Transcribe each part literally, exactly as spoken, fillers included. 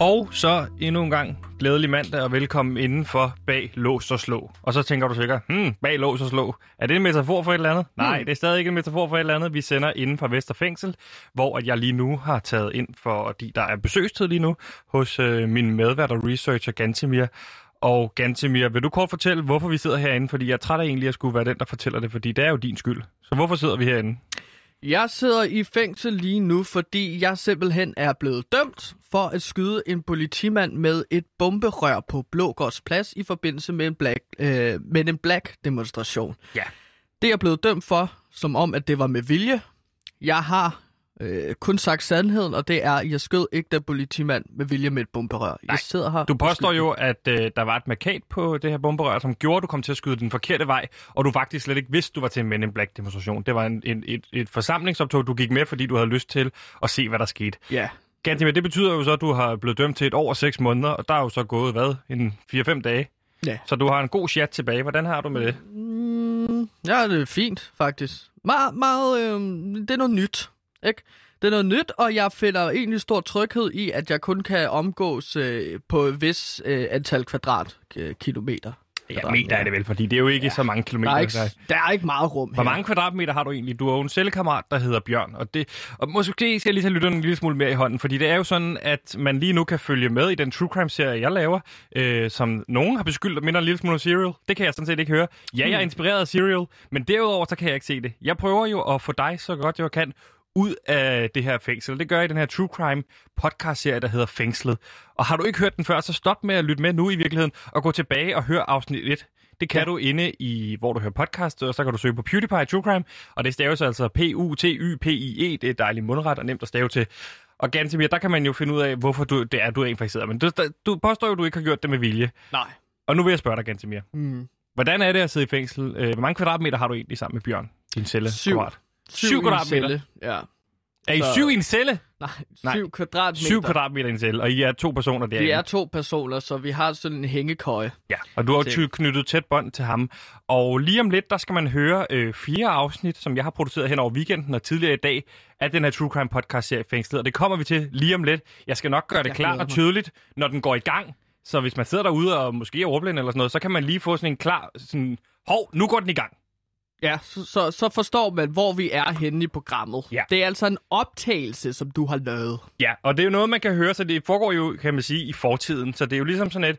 Og så endnu en gang glædelig mandag og velkommen indenfor bag lås og slå. Og så tænker du sikkert, hmm, bag lås og slå. Er det en metafor for et eller andet? Hmm. Nej, det er stadig ikke en metafor for et eller andet. Vi sender inden fra Vestre Fængsel, hvor at jeg lige nu har taget ind, fordi der er besøgstid lige nu, hos øh, min medvært og researcher Gantemir. Og Gantemir, vil du kort fortælle, hvorfor vi sidder herinde? Fordi jeg er træt af egentlig at skulle være den, der fortæller det, fordi det er jo din skyld. Så hvorfor sidder vi herinde? Jeg sidder i fængsel lige nu, fordi jeg simpelthen er blevet dømt for at skyde en politimand med et bomberør på Blågårds Plads i forbindelse med en black, øh, med en black demonstration. Ja. Det er jeg blevet dømt for, som om at det var med vilje. Jeg har øh, kun sagt sandheden, og det er, at jeg skød ikke den politimand med vilje med et bomberør. Jeg sidder her. Du påstår jo, at øh, der var et markat på det her bomberør, som gjorde, at du kom til at skyde den forkerte vej, og du faktisk slet ikke vidste, du var til en Men in Black demonstration. Det var en, en, et, et forsamlingsoptog, du gik med, fordi du havde lyst til at se, hvad der skete. Ja. Gantemir, det betyder jo så, at du har blevet dømt til et år og seks måneder, og der er jo så gået, hvad, en fire fem dage. Ja. Så du har en god chat tilbage. Hvordan har du med det? Mm, ja, det er fint, faktisk. Meget, meget øh, det er noget nyt, ikke? Det er noget nyt, og jeg finder egentlig stor tryghed i, at jeg kun kan omgås øh, på et vis øh, antal kvadratkilometer. Ja, meter er det vel, fordi det er jo ikke ja. så mange kilometer. Der er, ikke, der er ikke meget rum her. Hvor mange kvadratmeter har du egentlig? Du har jo en cellekammerat, der hedder Bjørn, og, det, og måske skal jeg lige tage lytterne en lille smule mere i hånden, fordi det er jo sådan, at man lige nu kan følge med i den true crime-serie, jeg laver, øh, som nogen har beskyldt og minder en lille smule om Serial. Det kan jeg sådan set ikke høre. Ja, jeg er inspireret af Serial, men derudover så kan jeg ikke se det. Jeg prøver jo at få dig så godt jeg kan ud af det her fængsel. Det gør jeg i den her True Crime podcast-serie, der hedder Fængslet. Og har du ikke hørt den før, så stop med at lytte med nu i virkeligheden, og gå tilbage og hør afsnit et. Det kan ja. du inde i, hvor du hører podcast, og så kan du søge på PewDiePie True Crime, og det staves altså P U T Y P I E. Det er dejligt mundret og nemt at stave til. Og Gantemir, der kan man jo finde ud af, hvorfor du, det er, du er inficeret. Men du, du påstår jo, du ikke har gjort det med vilje. Nej. Og nu vil jeg spørge dig, Gantemir. Mm. Hvordan er det at sidde i fængsel? Hvor mange kvadratmeter har du egentlig sammen med Bjørn? Din celle? Syv. Syv, syv kvadratmeter? Celle. Ja. Er I så... syv i en celle? Nej, syv Nej. kvadratmeter. Syv kvadratmeter i en celle, og I er to personer derinde. Vi er to personer, så vi har sådan en hængekøje. Ja, og du har jo knyttet tæt bånd til ham. Og lige om lidt, der skal man høre øh, fire afsnit, som jeg har produceret hen over weekenden og tidligere i dag, af den her True Crime podcast-serie Fængslet. Og det kommer vi til lige om lidt. Jeg skal nok gøre det jeg klart og tydeligt, når den går i gang. Så hvis man sidder derude og måske er ordblind eller sådan noget, så kan man lige få sådan en klar, sådan, hov, nu går den i gang. Ja, så, så, så forstår man, hvor vi er henne i programmet. Ja. Det er altså en optagelse, som du har lavet. Ja, og det er jo noget, man kan høre, så det foregår jo, kan man sige, i fortiden. Så det er jo ligesom sådan et,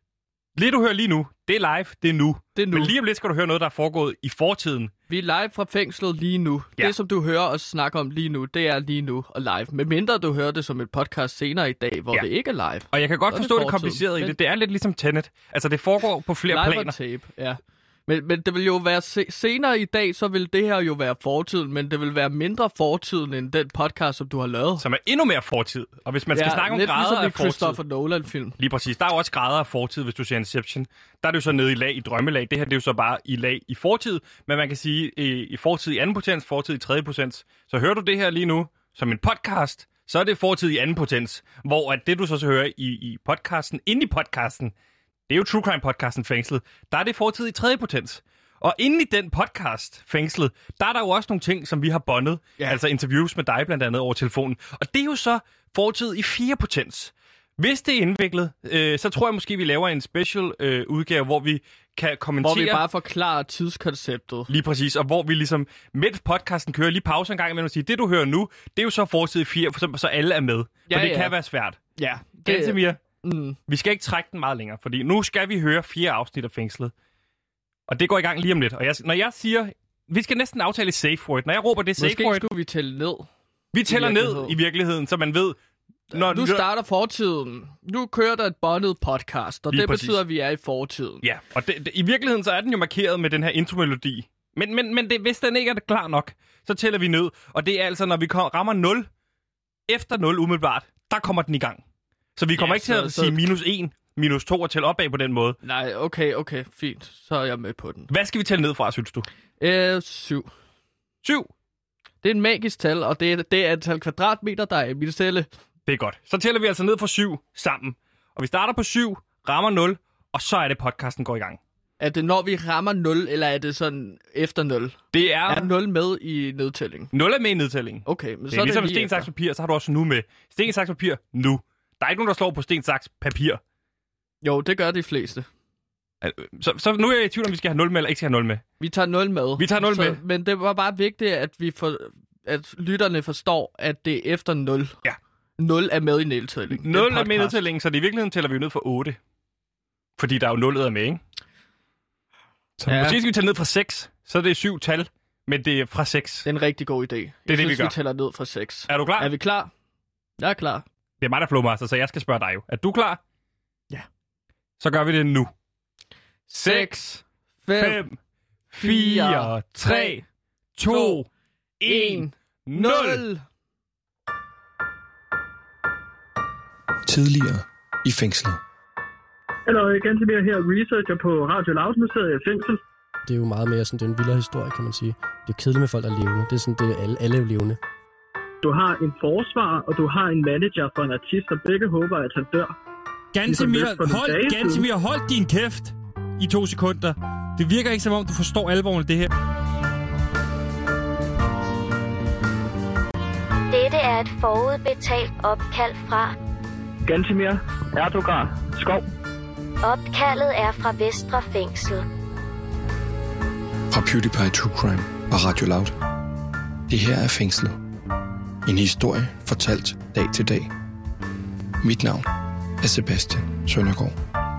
det du hører lige nu, det er live, det er nu. Det er nu. Men lige om lidt skal du høre noget, der er foregået i fortiden. Vi er live fra fængslet lige nu. Ja. Det, som du hører os snakke om lige nu, det er lige nu og live. Men mindre du hører det som et podcast senere i dag, hvor ja. det ikke er live. Og jeg kan godt forstå det, det komplicerede i det. Det er lidt ligesom Tenet. Altså, det foregår på flere live planer. Live tape, ja. Men, men det vil jo være se- senere i dag, så vil det her jo være fortiden, men det vil være mindre fortiden end den podcast, som du har lavet. Som er endnu mere fortid. Og hvis man skal ja, snakke om grader ligesom af fortid... Christopher Nolan-film. Lige præcis. Der er jo også grader af fortid, hvis du ser Inception. Der er det jo så nede i lag i drømmelag. Det her det er jo så bare i lag i fortid. Men man kan sige i, i fortid i anden potens, fortid i tredje potens. Så hører du det her lige nu som en podcast, så er det fortid i anden potens. Hvor at det du så, så hører i, i podcasten, inde i podcasten, det er jo True Crime podcasten Fængslet, der er det fortid i tredje potens. Og inde i den podcast, Fængslet, der er der jo også nogle ting, som vi har bondet. Ja. Altså interviews med dig blandt andet over telefonen. Og det er jo så fortid i fire potens. Hvis det er indviklet, øh, så tror jeg måske, vi laver en special øh, udgave, hvor vi kan kommentere... Hvor vi bare forklarer tidskonceptet. Lige præcis, og hvor vi ligesom, mens podcasten kører, lige pause en gang imellem og sige, det du hører nu, det er jo så fortid i fire, for eksempel, så alle er med. For ja, det ja. kan være svært. Ja. Gantemir, mm. vi skal ikke trække den meget længere, fordi nu skal vi høre fire afsnit af Fængslet. Og det går i gang lige om lidt. Og jeg, når jeg siger, vi skal næsten aftale safe word. Når jeg råber det safe Måske word... Måske skulle vi tælle ned. Vi tæller ned i virkeligheden, så man ved... Når nu starter fortiden. Nu kører der et bondet podcast, og lige det præcis. betyder, at vi er i fortiden. Ja, og det, det, i virkeligheden så er den jo markeret med den her intromelodi. Men, men, men det, hvis den ikke er klar nok, så tæller vi ned. Og det er altså, når vi kom, rammer nul, efter nul umiddelbart, der kommer den i gang. Så vi kommer ja, ikke til så, at så... sige minus en, minus to og tælle opad på den måde. Nej, okay, okay, fint. Så er jeg med på den. Hvad skal vi tælle ned fra, synes du? Øh, syv. Syv? Det er en magisk tal, og det er det er antal kvadratmeter, der er i min celle. Det er godt. Så tæller vi altså ned fra syv sammen. Og vi starter på syv, rammer nul, og så er det, podcasten går i gang. Er det, når vi rammer nul, eller er det sådan efter nul? Det er... Er nul med i nedtælling? nul er med i nedtælling. Okay, men det så er er ligesom det sten, saks, papir, så har du også nu med. Sten, saks, papir, nu. Der er ikke nogen, der slår på sten, saks, papir. Jo, det gør de fleste. Så, så nu er jeg i tvivl, om vi skal have nul med, eller ikke skal have nul med. Vi tager nul med. Vi tager nul så, med. Men det var bare vigtigt, at vi for, at lytterne forstår, at det er efter nul. Ja. nul er med i nedtællingen. nul er med i nedtællingen, så i virkeligheden tæller vi jo ned for otte. Fordi der er jo nullet med, ikke? Så ja. Måske skal vi tælle ned fra seks, så er det syv tal, men det er fra seks. Det er en rigtig god idé. Det er jeg det, synes, vi gør. Vi tæller ned fra seks. Er du klar? Er vi klar? Jeg er klar. Det er mig, der er flowmaster, så jeg skal spørge dig jo. Er du klar? Ja. Så gør vi det nu. seks, fem, fire, tre, to, en, nul. Tidligere i fængslet. Hallo, Gantemir her, researcher på Radio Loud, nu sidder jeg i fængsel. Det er jo meget mere sådan, det er en vildere historie, kan man sige. Det er kedeligt med folk, der er levende. Det er sådan, det er alle, alle er levende. Du har en forsvarer, og du har en manager for en artist, og begge håber, at han dør. Gantemir, hold, Gantemir, hold din kæft i to sekunder. Det virker ikke, som om du forstår alvoren af det her. Dette er et forudbetalt opkald fra Gantemir Erdogan Skov. Opkaldet er fra Vestre Fængsel. Fra PewDiePie True Crime og Radio Loud. Det her er Fængslet. En historie fortalt dag til dag. Mit navn er Sebastian Søndergaard.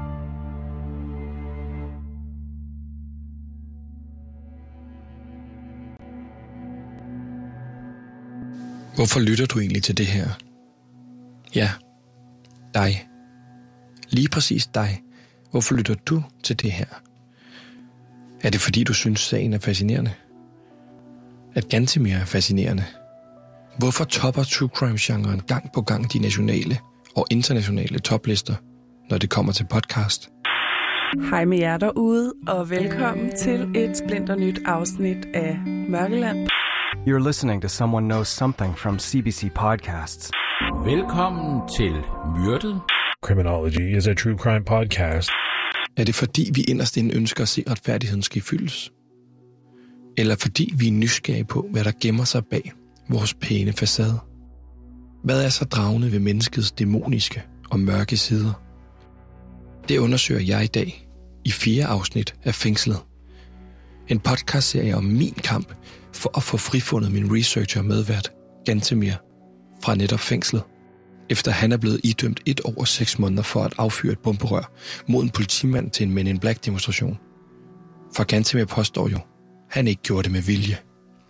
Hvorfor lytter du egentlig til det her? Ja, dig. Lige præcis dig. Hvorfor lytter du til det her? Er det fordi, du synes, sagen er fascinerende? At Gantemir er fascinerende? Hvorfor topper true crime-genren gang på gang de nationale og internationale toplister, når det kommer til podcast? Hej med jer derude, og velkommen til et splinternyt afsnit af Mørkeland. You're listening to Someone Knows Something from C B C Podcasts. Velkommen til Myrdet. Criminology is a true crime podcast. Er det fordi, vi inderst inde ønsker at se retfærdigheden skal fyldes? Eller fordi vi er nysgerrige på, hvad der gemmer sig bag vores pæne facade? Hvad er så dragende ved menneskets dæmoniske og mørke sider? Det undersøger jeg i dag i fire afsnit af Fængslet. En podcastserie om min kamp for at få frifundet min researcher medvært Gantemir fra netop Fængslet, efter han er blevet idømt et år og seks måneder for at affyre et bomberør mod en politimand til en Men in Black demonstration. For Gantemir påstår jo, han ikke gjorde det med vilje.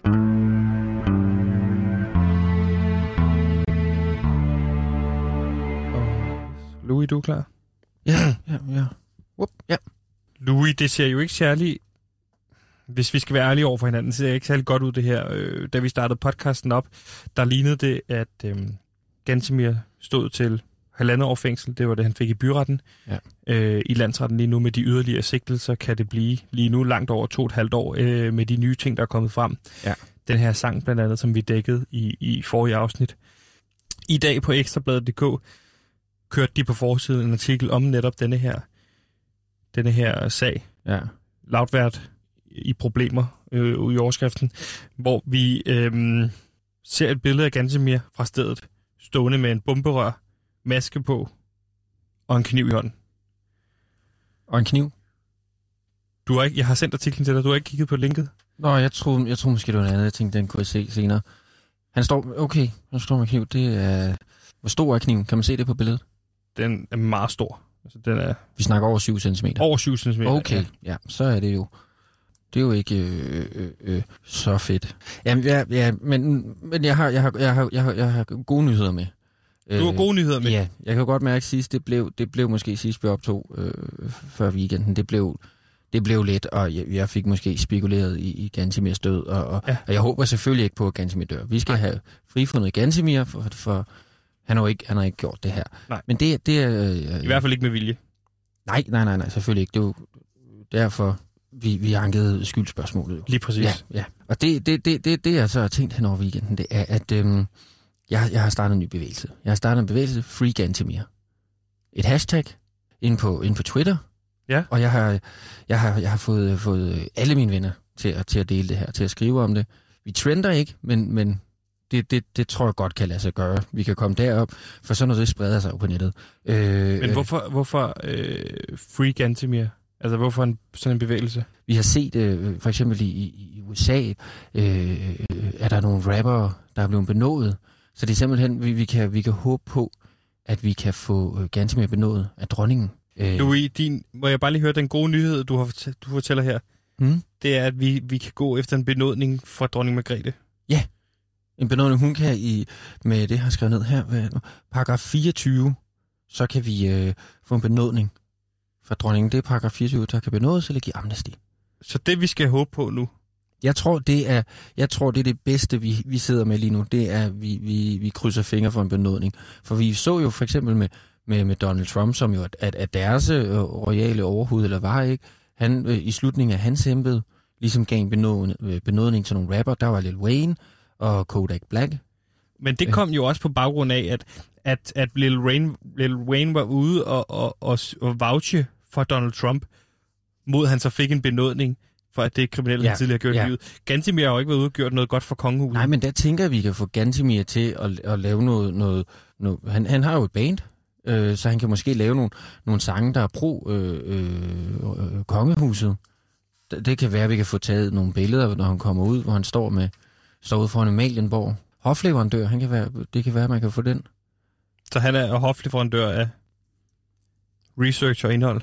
Louis, du er klar? Ja, ja, ja. Whoop, ja. Louis, det ser jo ikke særlig, hvis vi skal være ærlige over for hinanden, det ser ikke særlig godt ud det her. Øh, da vi startede podcasten op, der lignede det, at øh, Gantemir stod til halvandet år fængsel. Det var det, han fik i byretten. Ja. Øh, I landsretten lige nu med de yderligere sigtelser kan det blive lige nu langt over to og et halvt år øh, med de nye ting, der er kommet frem. Ja. Den her sang blandt andet, som vi dækkede i, i forrige afsnit. I dag på Ekstrabladet punktum d k kørte de på forsiden en artikel om netop denne her, denne her sag. Ja. Loudvært i problemer øh, i overskriften, hvor vi øh, ser et billede af Gantemir fra stedet, stående med en bomberør, maske på og en kniv i hånden. Og en kniv? Du har ikke, jeg har sendt artiklen til dig, du har ikke kigget på linket? Nå, jeg troede, jeg troede måske, det var noget andet. Jeg tænkte, den kunne jeg se senere. Han står, okay, han står med kniv. Det er, hvor stor er kniven? Kan man se det på billedet? Den er meget stor. Altså, den er... Vi snakker over syv centimeter. Over syv centimeter, okay, ja. ja. Så er det jo... Det er jo ikke øh, øh, øh, så fedt. Jamen, ja, ja, men, men jeg, har, jeg, har, jeg, har, jeg, har, jeg har gode nyheder med. Du har gode nyheder med? Ja, jeg kan godt mærke, at sidst, det blev, det blev måske sidst vi optog øh, før weekenden. Det blev, det blev let, og jeg, jeg fik måske spekuleret i, i Gantemirs død, og, og, ja. og jeg håber selvfølgelig ikke på, at Gantemir dør. Vi skal have frifundet Gantemir, for, for han, har ikke, han har ikke gjort det her. Nej. Men det, det er... Øh, I hvert fald ikke med vilje. Nej, nej, nej, nej, selvfølgelig ikke. Det er jo derfor... Vi, vi ankede skyldspørgsmålet. Lige præcis. Ja, ja. Og det, det, det, det, det jeg så har tænkt hen over weekenden, det er, at øhm, jeg, jeg har startet en ny bevægelse. Jeg har startet en bevægelse, Free Gantemir. Et hashtag inde på, inde på Twitter. Ja. Og jeg har, jeg har, jeg har fået, fået alle mine venner til at, til at dele det her, til at skrive om det. Vi trender ikke, men, men Det, det, det tror jeg godt kan lade sig gøre. Vi kan komme derop, for sådan noget, det spreder sig jo på nettet. Øh, Men hvorfor, hvorfor øh, Free Gantemir? Altså, hvorfor en, sådan en bevægelse? Vi har set, øh, for eksempel i, i U S A, øh, er der nogle rappere, der er blevet benådet. Så det er simpelthen, vi, vi, kan, vi kan håbe på, at vi kan få øh, Gantemir benådet af dronningen. Øh. Louis, din, må jeg bare lige høre den gode nyhed, du, har, du fortæller her? Hmm? Det er, at vi, vi kan gå efter en benådning fra dronning Margrethe. Ja, en benådning. Hun kan i, med det, jeg har skrevet ned her, hvad, paragraf fireogtyve, så kan vi øh, få en benådning fra dronningen. Det er paragraf fireogtyve, der kan benådes eller give amnesti. Så det, vi skal håbe på nu? Jeg tror, det er, jeg tror, det er det bedste, vi, vi sidder med lige nu. Det er, at vi, vi, vi krydser fingre for en benådning. For vi så jo for eksempel med, med, med Donald Trump, som jo at, at deres øh, royale overhoved, eller var ikke, han øh, i slutningen af hans embede, ligesom gav en benådning, øh, benådning til nogle rapper. Der var Lil Wayne og Kodak Black. Men det kom jo også på baggrund af, at, at, at Lil, Wayne, Lil Wayne var ude og, og, og, og vouche for Donald Trump, mod han så fik en benådning for at det er kriminelle, ja, han tidligere har gjort ja. livet. Gantemir har jo ikke været ude og gjort noget godt for kongehuset. Nej, men der tænker jeg, vi kan få Gantemir til at, at lave noget... noget, noget han, han har jo et band, øh, så han kan måske lave nogle, nogle sange, der er pro øh, øh, kongehuset. Det, det kan være, at vi kan få taget nogle billeder, når han kommer ud, hvor han står med står ude foran Amalienborg. Hofleverandør, han kan være, det kan være, at man kan få den. Så han er hofleverandør af research og indhold?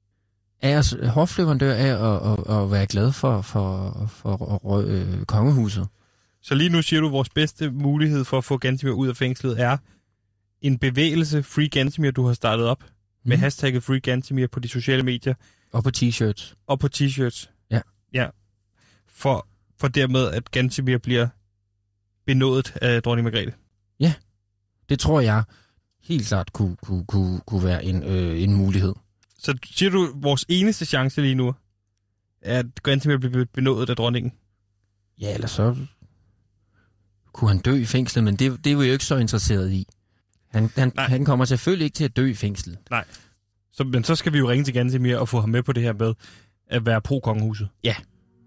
Er hofleverandør af at, at, at være glad for, for, for, for øh, kongehuset. Så lige nu siger du, at vores bedste mulighed for at få Gantemir ud af fængslet er en bevægelse, Free Gantemir, du har startet op, mm. med hashtagget Free Gantemir på de sociale medier. Og på t-shirts. Og på t-shirts. Ja. Ja. For, for dermed, at Gantemir bliver benådet af dronning Margrethe. Ja, det tror jeg helt klart kunne, kunne, kunne, kunne være en, øh, en mulighed. Så siger du, at vores eneste chance lige nu er, at Gantemir bliver benådet af dronningen? Ja, eller så kunne han dø i fængslet, men det, det er vi jo ikke så interesseret i. Han, han, han kommer selvfølgelig ikke til at dø i fængslet. Nej, så, men så skal vi jo ringe til Gantemir og få ham med på det her med at være pro-kongehuset. Ja.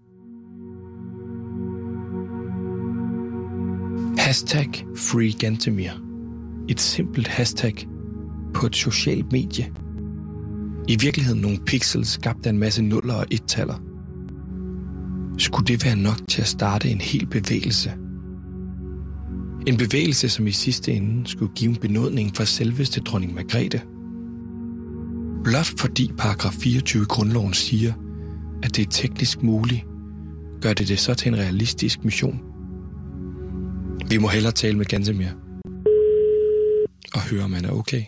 Hashtag Free Gantemir. Et simpelt hashtag på et socialt medie. I virkeligheden nogle pixels skabt af en masse nuller og et-taller. Skulle det være nok til at starte en hel bevægelse? En bevægelse, som i sidste ende skulle give en benådning for selveste dronning Margrethe. Blot fordi paragraf fireogtyve i grundloven siger, at det er teknisk muligt, gør det det så til en realistisk mission. Vi må hellere tale med Gantemir og høre, om han er okay.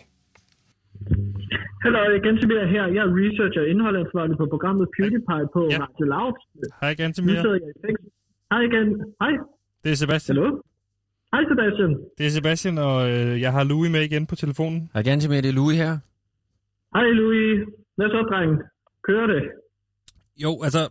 Hallo, Gantemir her. Jeg er researcher og indholdansvarlig på programmet PewDiePie på ja. Radio Loud. Hej Gantemir. Nu sidder jeg i fængsel. Hej igen. Hej. Det er Sebastian. Hallo. Hej Sebastian. Det er Sebastian, og øh, jeg har Louis med igen på telefonen. Hej Gantemir, det er Louis her. Hej Louis. Hvad så, dreng? Kører det? Jo, altså...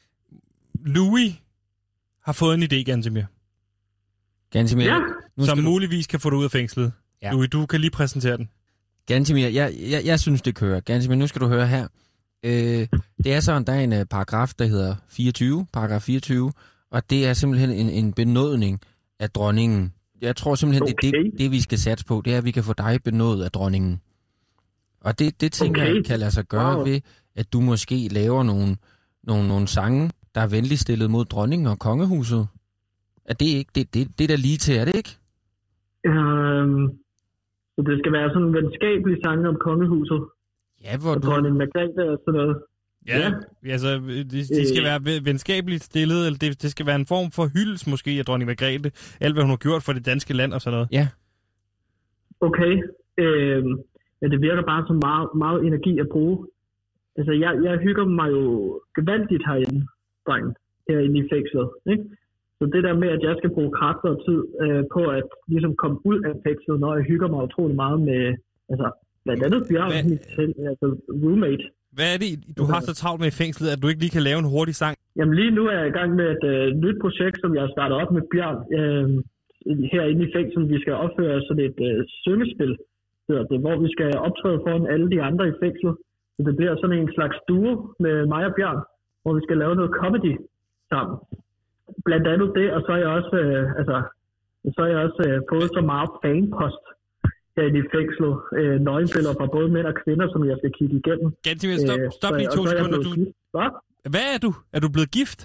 Louis har fået en idé, Gantemir. Gantemir, ja. nu som muligvis kan få dig ud af fængslet. Ja. Louis, du kan lige præsentere den. Gantemir, jeg, jeg, jeg synes, det kører. Gantemir, nu skal du høre her. Øh, det er sådan, der er en uh, paragraf, der hedder fireogtyve, paragraf fireogtyve, og det er simpelthen en, en benådning af dronningen. Jeg tror simpelthen, okay. det, det, det vi skal satse på, det er, at vi kan få dig benådet af dronningen. Og det, det tænker okay. jeg kan lade sig gøre wow. ved, at du måske laver nogle, nogle, nogle sange, der er venligt stillet mod dronningen og kongehuset. Er det ikke det, det, det der lige til, er det ikke? Um, så det skal være sådan en venskabelig sang om kongehuset. Ja, hvor og du... dronning Margrethe og sådan noget. Ja, ja. altså, de, de skal være venskabeligt stillet, eller det, det skal være en form for hyldest måske af dronning Margrethe. Alt, hvad hun har gjort for det danske land og sådan noget. Ja. Okay. Øhm, ja, det virker bare så meget, meget energi at bruge. Altså, jeg, jeg hygger mig jo gevaldigt herinde, drengen, herinde i fængslet, ikke? Så det der med, at jeg skal bruge kræfter og tid øh, på at ligesom komme ud af fængslet, når jeg hygger mig utrolig meget med, altså, blandt andet Bjørn, mit selv, altså roommate. Hvad er det, du har så travlt med i fængslet, at du ikke lige kan lave en hurtig sang? Jamen lige nu er jeg i gang med et øh, nyt projekt, som jeg har startet op med Bjørn øh, herinde i fængslet. Vi skal opføre sådan et øh, syngespil, det, hvor vi skal optræde foran alle de andre i fængslet. Så det bliver sådan en slags duo med mig og Bjørn, hvor vi skal lave noget comedy sammen. Blandt andet det, og så er jeg også, øh, altså, Så har jeg også øh, fået så meget fanpost herinde i fængslet. Øh, nøgenbilleder fra både mænd og kvinder, som jeg skal kigge igennem. Gantimir, stop, stop lige to så, sekunder. Du... Hvad? Hvad er du? Er du blevet gift?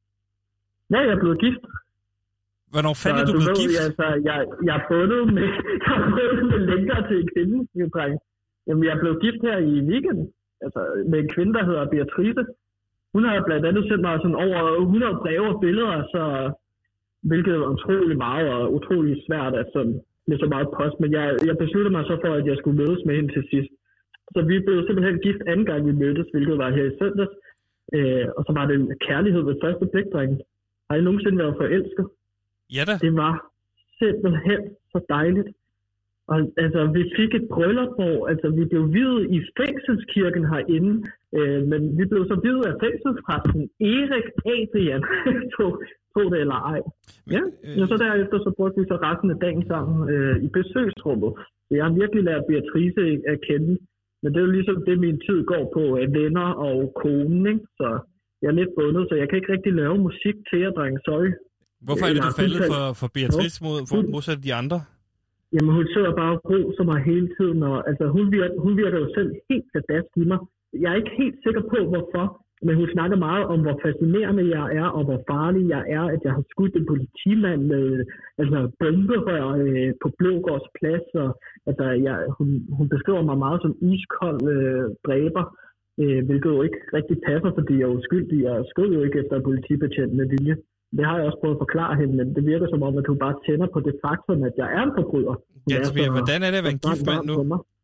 Ja, jeg er blevet gift. Hvornår fanden er du, du blevet ved, gift? Altså, jeg, jeg er bundet med, jeg er bundet med længere til en kvinde, dreng. Jamen, jeg er blevet gift her i weekenden. Altså, med en kvinde, der hedder Beatrice. Hun har blandt andet sendt mig sådan over hundrede breve og billeder, så, hvilket er utrolig meget og utrolig svært at sådan, med så meget post. Men jeg, jeg besluttede mig så for, at jeg skulle mødes med hende til sidst. Så vi blev simpelthen gift anden gang, vi mødtes, hvilket var her i søndags. Øh, og så var det kærlighed ved første blik, drengen. Har I nogensinde været forelsket? Ja da. Det var simpelthen så dejligt. Og altså, vi fik et bryllup, hvor altså, vi blev viet i fængselskirken herinde, øh, men vi blev så viet af fængselspræsten Erik Adrian, tog, tog det eller ej. Ja, øh... og så derefter så brugte vi så resten af dagen sammen øh, i besøgsrummet. Så jeg har virkelig lært Beatrice at kende, men det er jo ligesom det, min tid går på, af venner og konen, ikke? Så jeg er lidt bundet, så jeg kan ikke rigtig lave musik til jer, dreng, sorry. Hvorfor er det, du faldet for, for Beatrice mod, for modsat de andre? Jamen, hun sidder bare og roser mig hele tiden, og altså, hun, virker, hun virker jo selv helt pladask i mig. Jeg er ikke helt sikker på, hvorfor, men hun snakker meget om, hvor fascinerende jeg er, og hvor farlig jeg er, at jeg har skudt en politimand med altså, bomberør øh, på Blågårds plads, og altså, jeg, hun, hun beskriver mig meget som iskold øh, dræber, øh, hvilket jo ikke rigtig passer, fordi jeg er uskyldig. Jeg skød jo ikke efter politibetjent med vilje. Det har jeg også prøvet at forklare hende, men det virker som om, at hun bare tænder på det faktum, at jeg er en forbryder. Gantimir, hvordan er det at være en gift mand nu?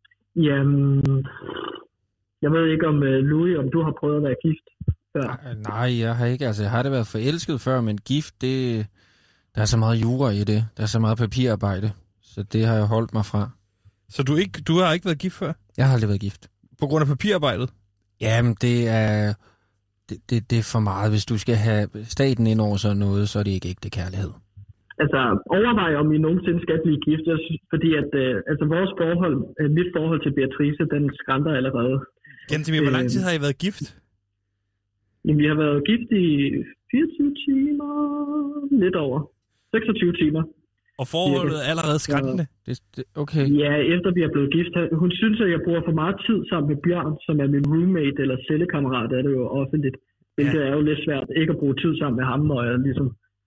Jamen, jeg ved ikke om, uh, Louis, om du har prøvet at være gift før. Nej, jeg har ikke. Altså, jeg har det været forelsket før, men gift, det, der er så meget jura i det. Der er så meget papirarbejde, så det har jeg holdt mig fra. Så du, ikke, du har ikke været gift før? Jeg har aldrig været gift. På grund af papirarbejdet? Jamen, det er... Det, det, det er for meget. Hvis du skal have staten ind over sådan noget, så er det ikke ægte kærlighed. Altså, overvej om I nogensinde skal blive gift, jeg synes, fordi at øh, altså, vores forhold, øh, mit forhold til Beatrice, den skrænder allerede. Gantimir, hvor lang tid har I været gift? Jamen, vi har været gift i fireogtyve timer, lidt over. seksogtyve timer. Og forholdet er allerede skrændende? Det, det, okay. Ja, efter vi er blevet gift. Hun synes, at jeg bruger for meget tid sammen med Bjørn, som er min roommate eller cellekammerat, er det jo offentligt. Hvilket ja. er jo lidt svært ikke at bruge tid sammen med ham, når jeg ligesom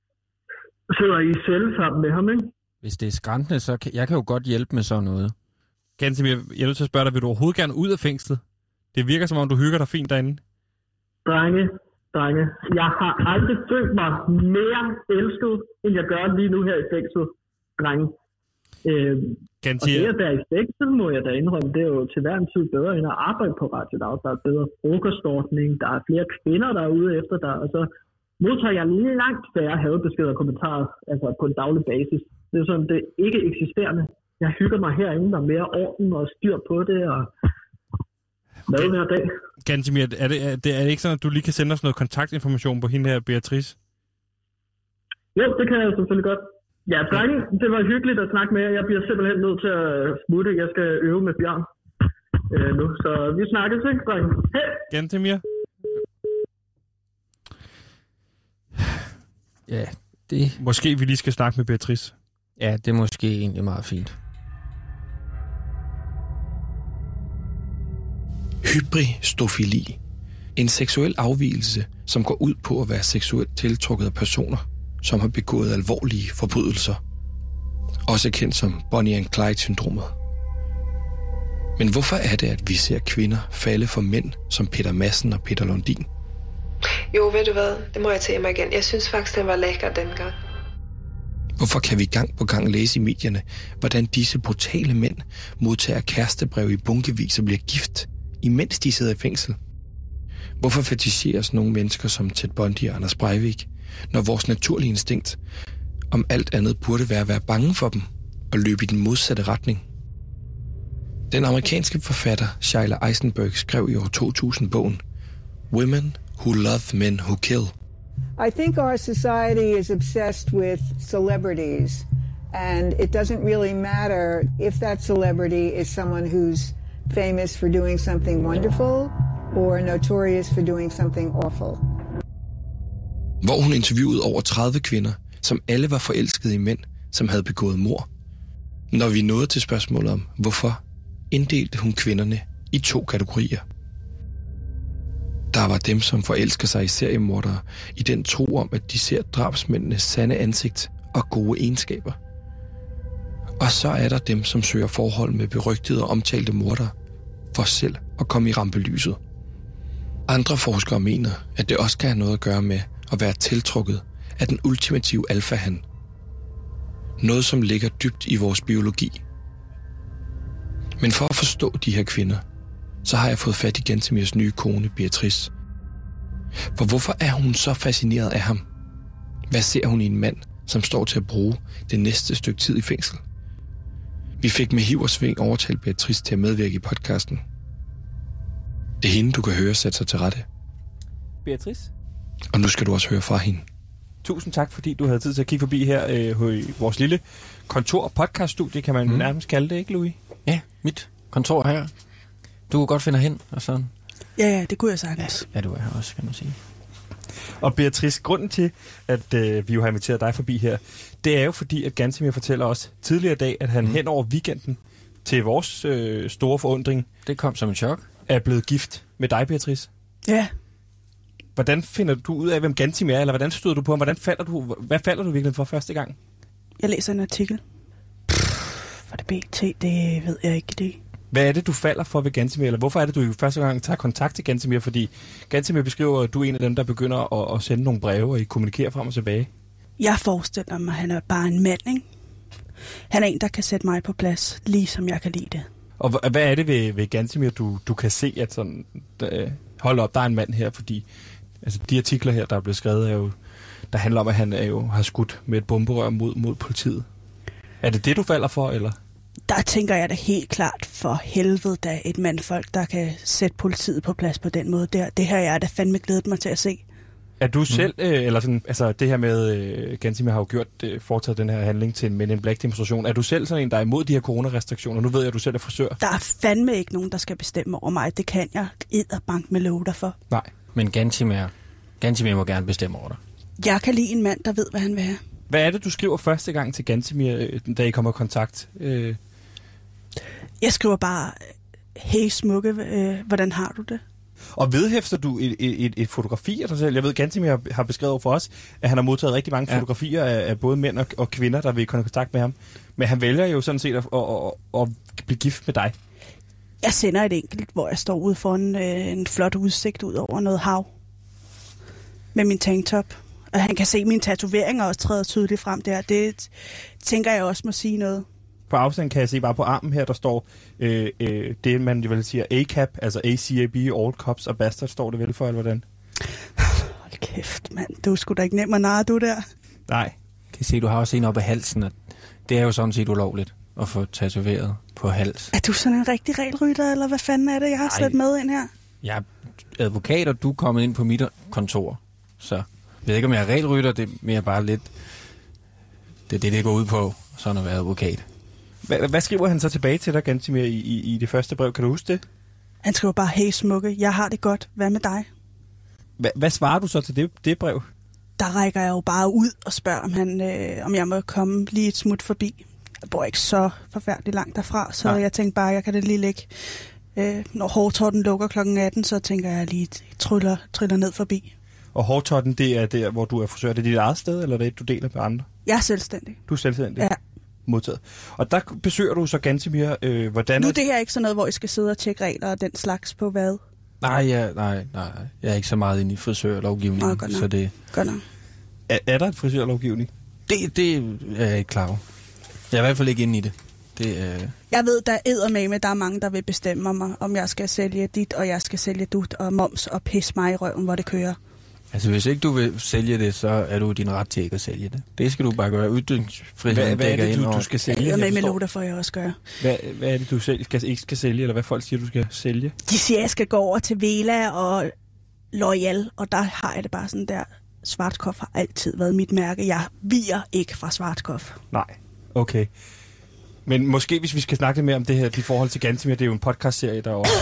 sidder i celle sammen med ham, ikke? Hvis det er skrændende, så kan jeg kan jo godt hjælpe med sådan noget. Gantimir, jeg er nødt til at spørge dig, vil du overhovedet gerne ud af fængslet? Det virker som om, du hygger dig fint derinde. Drenge, drenge, jeg har aldrig følt mig mere elsket, end jeg gør lige nu her i fængslet. Drenge. Øh, og det at være i fængsel, må jeg da indrømme, det er jo til hver en tid bedre end at arbejde på Radio Loud. Der er bedre frokostordning, der er flere kvinder, der er ude efter dig, og så modtager jeg langt færre hadbeskeder og kommentarer altså på en daglig basis. Det er sådan, det er ikke eksisterende. Jeg hygger mig herinde, der er mere orden og styr på det, og mad hver dag. Gantimir, er det, er, det, er det ikke sådan, at du lige kan sende os noget kontaktinformation på hende her, Beatrice? Jo, det kan jeg selvfølgelig godt. Ja, drenge, det var hyggeligt at snakke med jer. Jeg bliver simpelthen nødt til at smutte. Jeg skal øve med Bjørn øh, nu, så vi snakkes, ikke, drenge? Hej! Gantimir? Ja, det... Måske vi lige skal snakke med Beatrice. Ja, det er måske egentlig meget fint. Hybristofili. En seksuel afvigelse, som går ud på at være seksuelt tiltrukket af personer, som har begået alvorlige forbrydelser. Også kendt som Bonnie and Clyde-syndromet. Men hvorfor er det, at vi ser kvinder falde for mænd som Peter Madsen og Peter Lundin? Jo, ved du hvad? Det må jeg tage mig igen. Jeg synes faktisk, den var lækker dengang. Hvorfor kan vi gang på gang læse i medierne, hvordan disse brutale mænd modtager kærestebrev i bunkevis og bliver gift, imens de sidder i fængsel? Hvorfor fetisheres nogle mennesker som Ted Bundy og Anders Breivik, når vores naturlige instinkt om alt andet burde være at være bange for dem og løbe i den modsatte retning? Den amerikanske forfatter Sheila Eisenberg skrev i år to tusind bogen Women Who Love Men Who Kill. I think our society is obsessed with celebrities, and it doesn't really matter if that celebrity is someone who's famous for doing something wonderful or notorious for doing something awful. Hvor hun interviewede over tredive kvinder, som alle var forelskede i mænd, som havde begået mord. Når vi nåede til spørgsmålet om, hvorfor, inddelte hun kvinderne i to kategorier. Der var dem, som forelsker sig i seriemordere, i den tro om, at de ser drabsmændenes sande ansigt og gode egenskaber. Og så er der dem, som søger forhold med berygtede og omtalte mordere, for selv at komme i rampelyset. Andre forskere mener, at det også kan have noget at gøre med at være tiltrukket af den ultimative alfahan. Noget, som ligger dybt i vores biologi. Men for at forstå de her kvinder, så har jeg fået fat i Gantemirs nye kone, Beatrice. For hvorfor er hun så fascineret af ham? Hvad ser hun i en mand, som står til at bruge det næste stykke tid i fængsel? Vi fik med hiv og sving overtalt Beatrice til at medvirke i podcasten. Det er hende, du kan høre sætte sig til rette. Beatrice? Og nu skal du også høre fra hende. Tusind tak, fordi du havde tid til at kigge forbi her øh, i vores lille kontor- podcaststudie, kan man mm. nærmest kalde det, ikke Louis? Ja, mit kontor her. Du kunne godt finde hen og sådan. Ja, ja, det kunne jeg sagtens. Ja, du er her også, kan man sige. Og Beatrice, grunden til, at øh, vi jo har inviteret dig forbi her, det er jo fordi, at Gantemir fortæller os tidligere i dag, at han mm. hen over weekenden til vores øh, store forundring... Det kom som en chok. ...er blevet gift med dig, Beatrice. Ja. Hvordan finder du ud af, hvem Gantemir er, eller hvordan støder du på ham? Hvordan falder du, hvad falder du virkelig for første gang? Jeg læser en artikel. Pff, var det B T? Det ved jeg ikke det. Hvad er det, du falder for ved Gantemir, eller hvorfor er det, du første gang tager kontakt til Gantemir? Fordi Gantemir beskriver, at du er en af dem, der begynder at, at sende nogle breve, og I kommunikerer frem og tilbage. Jeg forestiller mig, at han er bare en mand, ikke? Han er en, der kan sætte mig på plads, lige som jeg kan lide det. Og hvad er det ved, ved Gantemir, du, du kan se, at sådan, der, hold op, der er en mand her, fordi altså, de artikler her, der er blevet skrevet, er jo, der handler om, at han er jo, har skudt med et bomberør mod, mod politiet. Er det det, du falder for, eller? Der tænker jeg da helt klart, for helvede da et mandfolk, der kan sætte politiet på plads på den måde der. Det her jeg da fandme glædet mig til at se. Er du selv, mm. øh, eller sådan, altså det her med, øh, Gantemir har jo gjort, øh, foretaget den her handling til en Men in Black demonstration. Er du selv sådan en, der er imod de her coronarestriktioner? Nu ved jeg, at du selv er frisør. Der er fandme ikke nogen, der skal bestemme over mig. Det kan jeg edderbank med love dig for. Nej, men Gantemir, Gantemir må gerne bestemme over dig. Jeg kan lide en mand, der ved, hvad han vil have. Hvad er det, du skriver første gang til Gantemir, da I kommer i kontakt? Øh... Jeg skriver bare, hey smukke, øh, hvordan har du det? Og vedhæfter du et, et, et fotografi af dig selv? Jeg ved, Gantemir har beskrevet for os, at han har modtaget rigtig mange ja. fotografier af, af både mænd og, og kvinder, der vil komme i kontakt med ham. Men han vælger jo sådan set at, at, at, at blive gift med dig. Jeg sender et enkelt, hvor jeg står ude for en, øh, en flot udsigt ud over noget hav. Med min tanktop. Og han kan se mine tatoveringer også træder tydeligt frem der. Det tænker jeg også må sige noget. På afstand kan jeg se bare på armen her, der står øh, øh, det, man vil sige A C A B, altså A C A B, All Cops og Bastard, står det vel for, eller hvordan? Hold kæft, mand. Du er sgu da ikke nem at narre, du der. Nej. Kan I se, du har også en op af halsen, og det er jo sådan set ulovligt at få tatoveret på hals. Er du sådan en rigtig regelrytter, eller hvad fanden er det, jeg har sat med ind her? Jeg er advokat, og du er kommet ind på mit kontor, så jeg ved ikke, om jeg er regelrytter, det er mere bare lidt, det er det, det går ud på, sådan at være advokat. Hvad, hvad skriver han så tilbage til dig, Gantemir, i, i, i det første brev? Kan du huske det? Han skriver bare, hey smukke, jeg har det godt. Hvad med dig? Hva, hvad svarer du så til det, det brev? Der rækker jeg jo bare ud og spørger, om, han, øh, om jeg må komme lige et smut forbi. Jeg bor ikke så forfærdeligt langt derfra, så Nej. jeg tænkte bare, jeg kan det lige lægge. Øh, når hårtotten lukker klokken atten, så tænker jeg lige, tryller, triller ned forbi. Og hårtotten, det er der, hvor du er frisør. Det er dit eget sted, eller er det, du deler med andre? Jeg er selvstændig. Du er selvstændig? Ja. Modtaget. Og der besøger du så Gantemir, øh, hvordan... Nu er det her ikke sådan noget, hvor I skal sidde og tjekke regler og den slags på hvad? Nej, ja, nej, nej. Jeg er ikke så meget inde i frisørlovgivningen, Nå, så det... Godt nok. Er, er der et frisørlovgivning? Det, det er jeg ikke klar over. Jeg er i hvert fald ikke inde i det. det øh... Jeg ved, der er med med, der er mange, der vil bestemme mig, om jeg skal sælge dit, og jeg skal sælge dut, og moms, og pis mig i røven, hvor det kører. Altså, hvis ikke du vil sælge det, så er du din ret til ikke at sælge det. Det skal du bare gøre. Uddøgningsfriheden hvad, hvad er det, du, ind du skal sælge? Jeg er med med lov, der får jeg også gøre. Hvad, hvad er det, du selv skal, ikke skal sælge, eller hvad folk siger, du skal sælge? De siger, at jeg skal gå over til Vela og Loyal, og der har jeg det bare sådan der. Schwarzkopf har altid været mit mærke. Jeg viger ikke fra Schwarzkopf. Nej, okay. Men måske, hvis vi skal snakke lidt mere om det her, i forhold til Gantemir, det er jo en podcastserie, der også...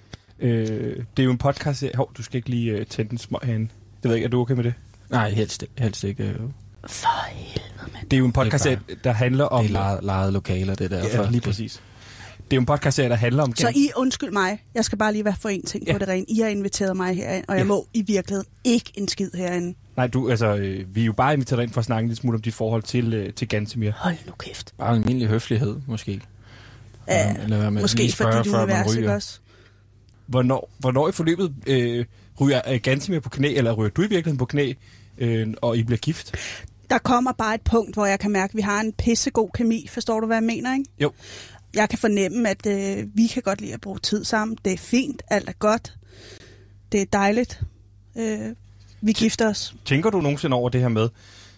øh, det er jo en podcastserie... Hov, du skal ikke lige uh, tænde den små herinde. Det ved jeg ikke, er du okay med det? Nej, helst, helst ikke. For helvede. Det er jo en podcast, bare, der handler om... Det er lejede, lejede lokaler, det der. Ja, lige præcis. Det er jo en podcast, der handler om... Så I, undskyld mig, jeg skal bare lige være for en ting ja. på det rene. I har inviteret mig herind, og jeg ja. må i virkeligheden ikke en skid herinde. Nej, du, altså, øh, vi er jo bare inviteret dig ind for at snakke lidt smule om dit forhold til, øh, til Gantemir. Hold nu kæft. Bare en almindelig høflighed, måske. Ja, Eller med måske for dit univers, ikke også? Hvornår, hvornår i forløbet øh, ryger øh, Gantemir på knæ, eller ryger du i virkeligheden på knæ, øh, og I bliver gift? Der kommer bare et punkt, hvor jeg kan mærke, at vi har en pissegod kemi. Forstår du, hvad jeg mener, ikke? Jo. Jeg kan fornemme, at øh, vi kan godt lide at bruge tid sammen. Det er fint, alt er godt. Det er dejligt. Øh, vi gifter os. Tænker du nogensinde over det her med,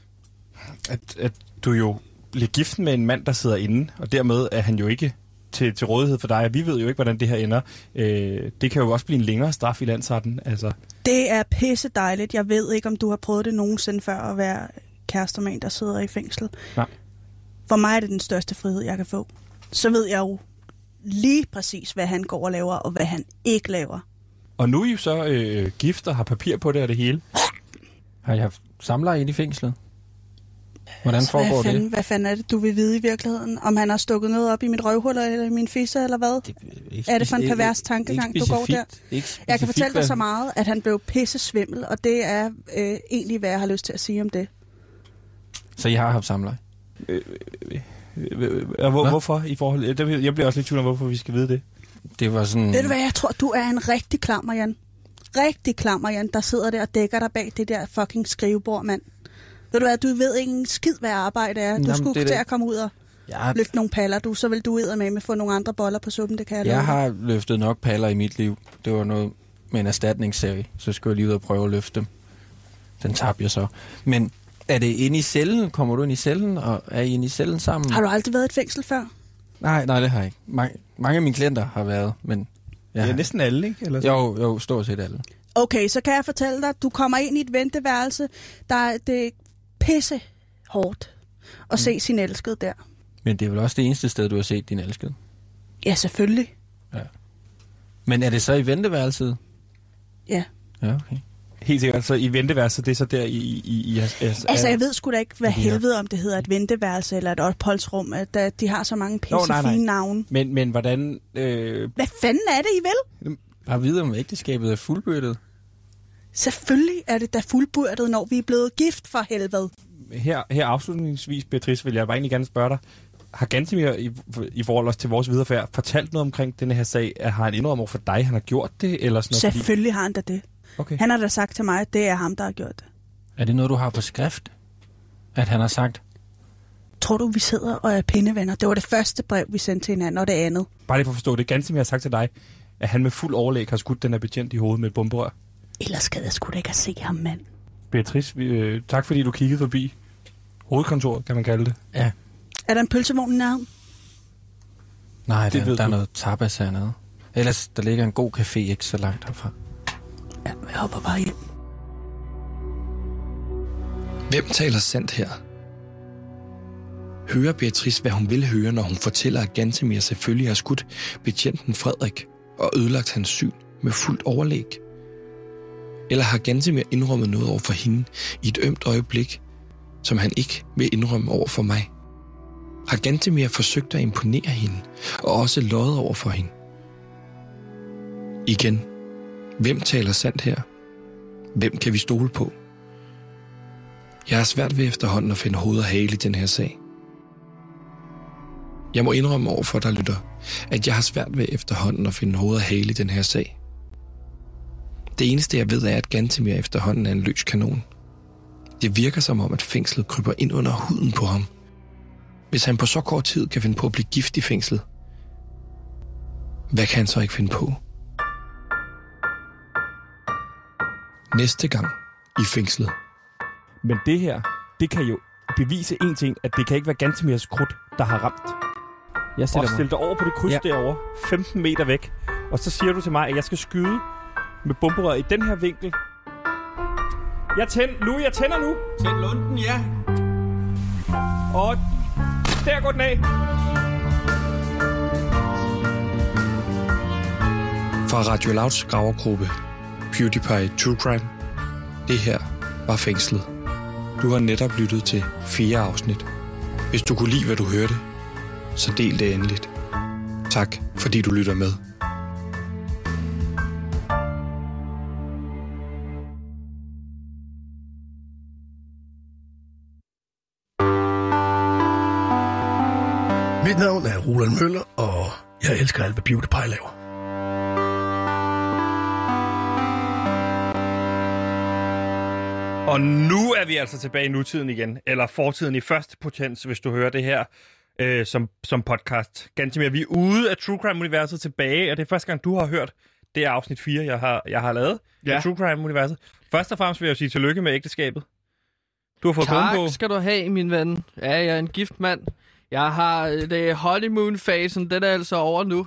at, at du jo bliver gift med en mand, der sidder inde, og dermed er han jo ikke til, til rådighed for dig, og vi ved jo ikke, hvordan det her ender. Øh, det kan jo også blive en længere straf i landsretten. Altså. Det er pisse dejligt. Jeg ved ikke, om du har prøvet det nogensinde før at være kærester med en, der sidder i fængsel. Nej. For mig er det den største frihed, jeg kan få. Så ved jeg jo lige præcis, hvad han går og laver, og hvad han ikke laver. Og nu er I jo så øh, gift og har papir på det og det hele. Har I haft samleje inde i fængslet? Hvordan foregår hvad fanden, det? Hvad fanden er det, du vil vide i virkeligheden? Om han har stukket noget op i mit røvhul eller i min fisse, eller hvad? Det, er det for en pervers tankegang, du går der? Jeg kan fortælle dig så meget, at han blev pisse svimmel, og det er øh, egentlig, hvad jeg har lyst til at sige om det. Så I har haft samleje? Øh, øh, øh, øh, hvor, hvorfor i forhold? Jeg bliver også lidt tvivl om, hvorfor vi skal vide det. Det var sådan... Ved du hvad, jeg tror, du er en rigtig klammer, Jan. Rigtig klammer, Jan, der sidder der og dækker dig bag det der fucking skrivebord, mand. Ved du hvad, du ved ikke en skid, hvad arbejde er. Du Jamen, skulle til at komme ud og ja. løfte nogle paller. Du, så vil du ud med med få nogle andre boller på suppen, det kan jeg Jeg love. har løftet nok paller i mit liv. Det var noget med en erstatningsserie, så skulle jeg lige ud og prøve at løfte dem. Den tabte jeg så. Men er det inde i cellen? Kommer du ind i cellen, og er I inde i cellen sammen? Har du aldrig været i et fængsel før? Nej, nej, det har jeg ikke. Mange, mange af mine klienter har været, men... Ja, ja næsten alle, ikke? Eller jo, jo, stort set alle. Okay, så kan jeg fortælle dig, du kommer ind i et venteværelse, der det er pisse hårdt at mm. se sin elskede der. Men det er vel også det eneste sted, du har set din elskede? Ja, selvfølgelig. Ja. Men er det så i venteværelset? Ja. Ja, okay. Helt sikkert, så i venteværelset, det er så der i... i, i, i altså, jeg ved sgu da ikke, hvad helvede om det hedder et venteværelse eller et opholdsrum, at de har så mange pisse fine navne. Men, men hvordan... Øh... Hvad fanden er det, I vil? Bare vide, om ægteskabet er fuldbyrdet. Selvfølgelig er det da fuldbyrdet, når vi er blevet gift, for helvede. Her, her afslutningsvis, Beatrice, vil jeg bare egentlig gerne spørge dig. Har Gantemir i, i forhold også til vores viderefærd fortalt noget omkring denne her sag? Har han indrømmet over for dig, han har gjort det? Eller sådan noget, selvfølgelig fordi... har han da det. Okay. Han har da sagt til mig, at det er ham, der har gjort det. Er det noget, du har på skrift? At han har sagt? Tror du, vi sidder og er pindevenner? Det var det første brev, vi sendte til hinanden, og det andet. Bare lige for at forstå det. Gantemir har sagt til dig, at han med fuld overlæg har skudt den her betjent i hovedet med et bomberør. Ellers skal jeg sgu da ikke have set ham, mand. Beatrice, vi, øh, tak fordi du kiggede forbi hovedkontoret, kan man kalde det. Ja. Er der en pølsevogn i nærheden? Nej, det der, der er noget tapas hernede. Ellers, der ligger en god café ikke så langt herfra. Ja, jeg hopper bare hjem. Hvem taler sandt her? Hører Beatrice, hvad hun vil høre, når hun fortæller, at Gantemir selvfølgelig har skudt betjenten Frederik og ødelagt hans syn med fuldt overlæg? Eller har Gantemir indrømmet noget over for hende i et ømt øjeblik, som han ikke vil indrømme over for mig? Har Gantemir forsøgt at imponere hende og også løjet over for hende? Igen, hvem taler sandt her? Hvem kan vi stole på? Jeg har svært ved efterhånden at finde hoved og hale i den her sag. Jeg må indrømme over for dig, lytter, at jeg har svært ved efterhånden at finde hoved og hale i den her sag. Det eneste jeg ved er, at Gantemir efterhånden er en løs kanon. Det virker som om, at fængslet kryber ind under huden på ham. Hvis han på så kort tid kan finde på at blive gift i fængslet, hvad kan han så ikke finde på? Næste gang i fængslet. Men det her, det kan jo bevise en ting, at det kan ikke være Gantemirs krudt, der har ramt. Jeg stiller, og stiller dig over på det kryds ja. derovre, femten meter væk. Og så siger du til mig, at jeg skal skyde med bomberøret i den her vinkel. Jeg tænder nu, jeg tænder nu. Tænd lunden, ja. Og der går den af. Fra Radio Louds gravergruppe, PewDiePie True Crime. Det her var fængslet. Du har netop lyttet til fire afsnit. Hvis du kunne lide, hvad du hørte, så del det endeligt. Tak, fordi du lytter med. Mit navn er Roland Møller, og jeg elsker alt, hvad PewDiePie laver. Og nu er vi altså tilbage i nutiden igen, eller fortiden i første potens, hvis du hører det her øh, som, som podcast. Ganske mere, vi er ude af True Crime-universet tilbage, og det er første gang, du har hørt det er afsnit fire, jeg har, jeg har lavet ja. af True Crime-universet. Først og fremmest vil jeg jo sige tillykke med ægteskabet. Du har fået kone på. Tak skal du have, min ven. Ja, jeg er en gift mand. Jeg har det honeymoon-fasen, den er altså over nu.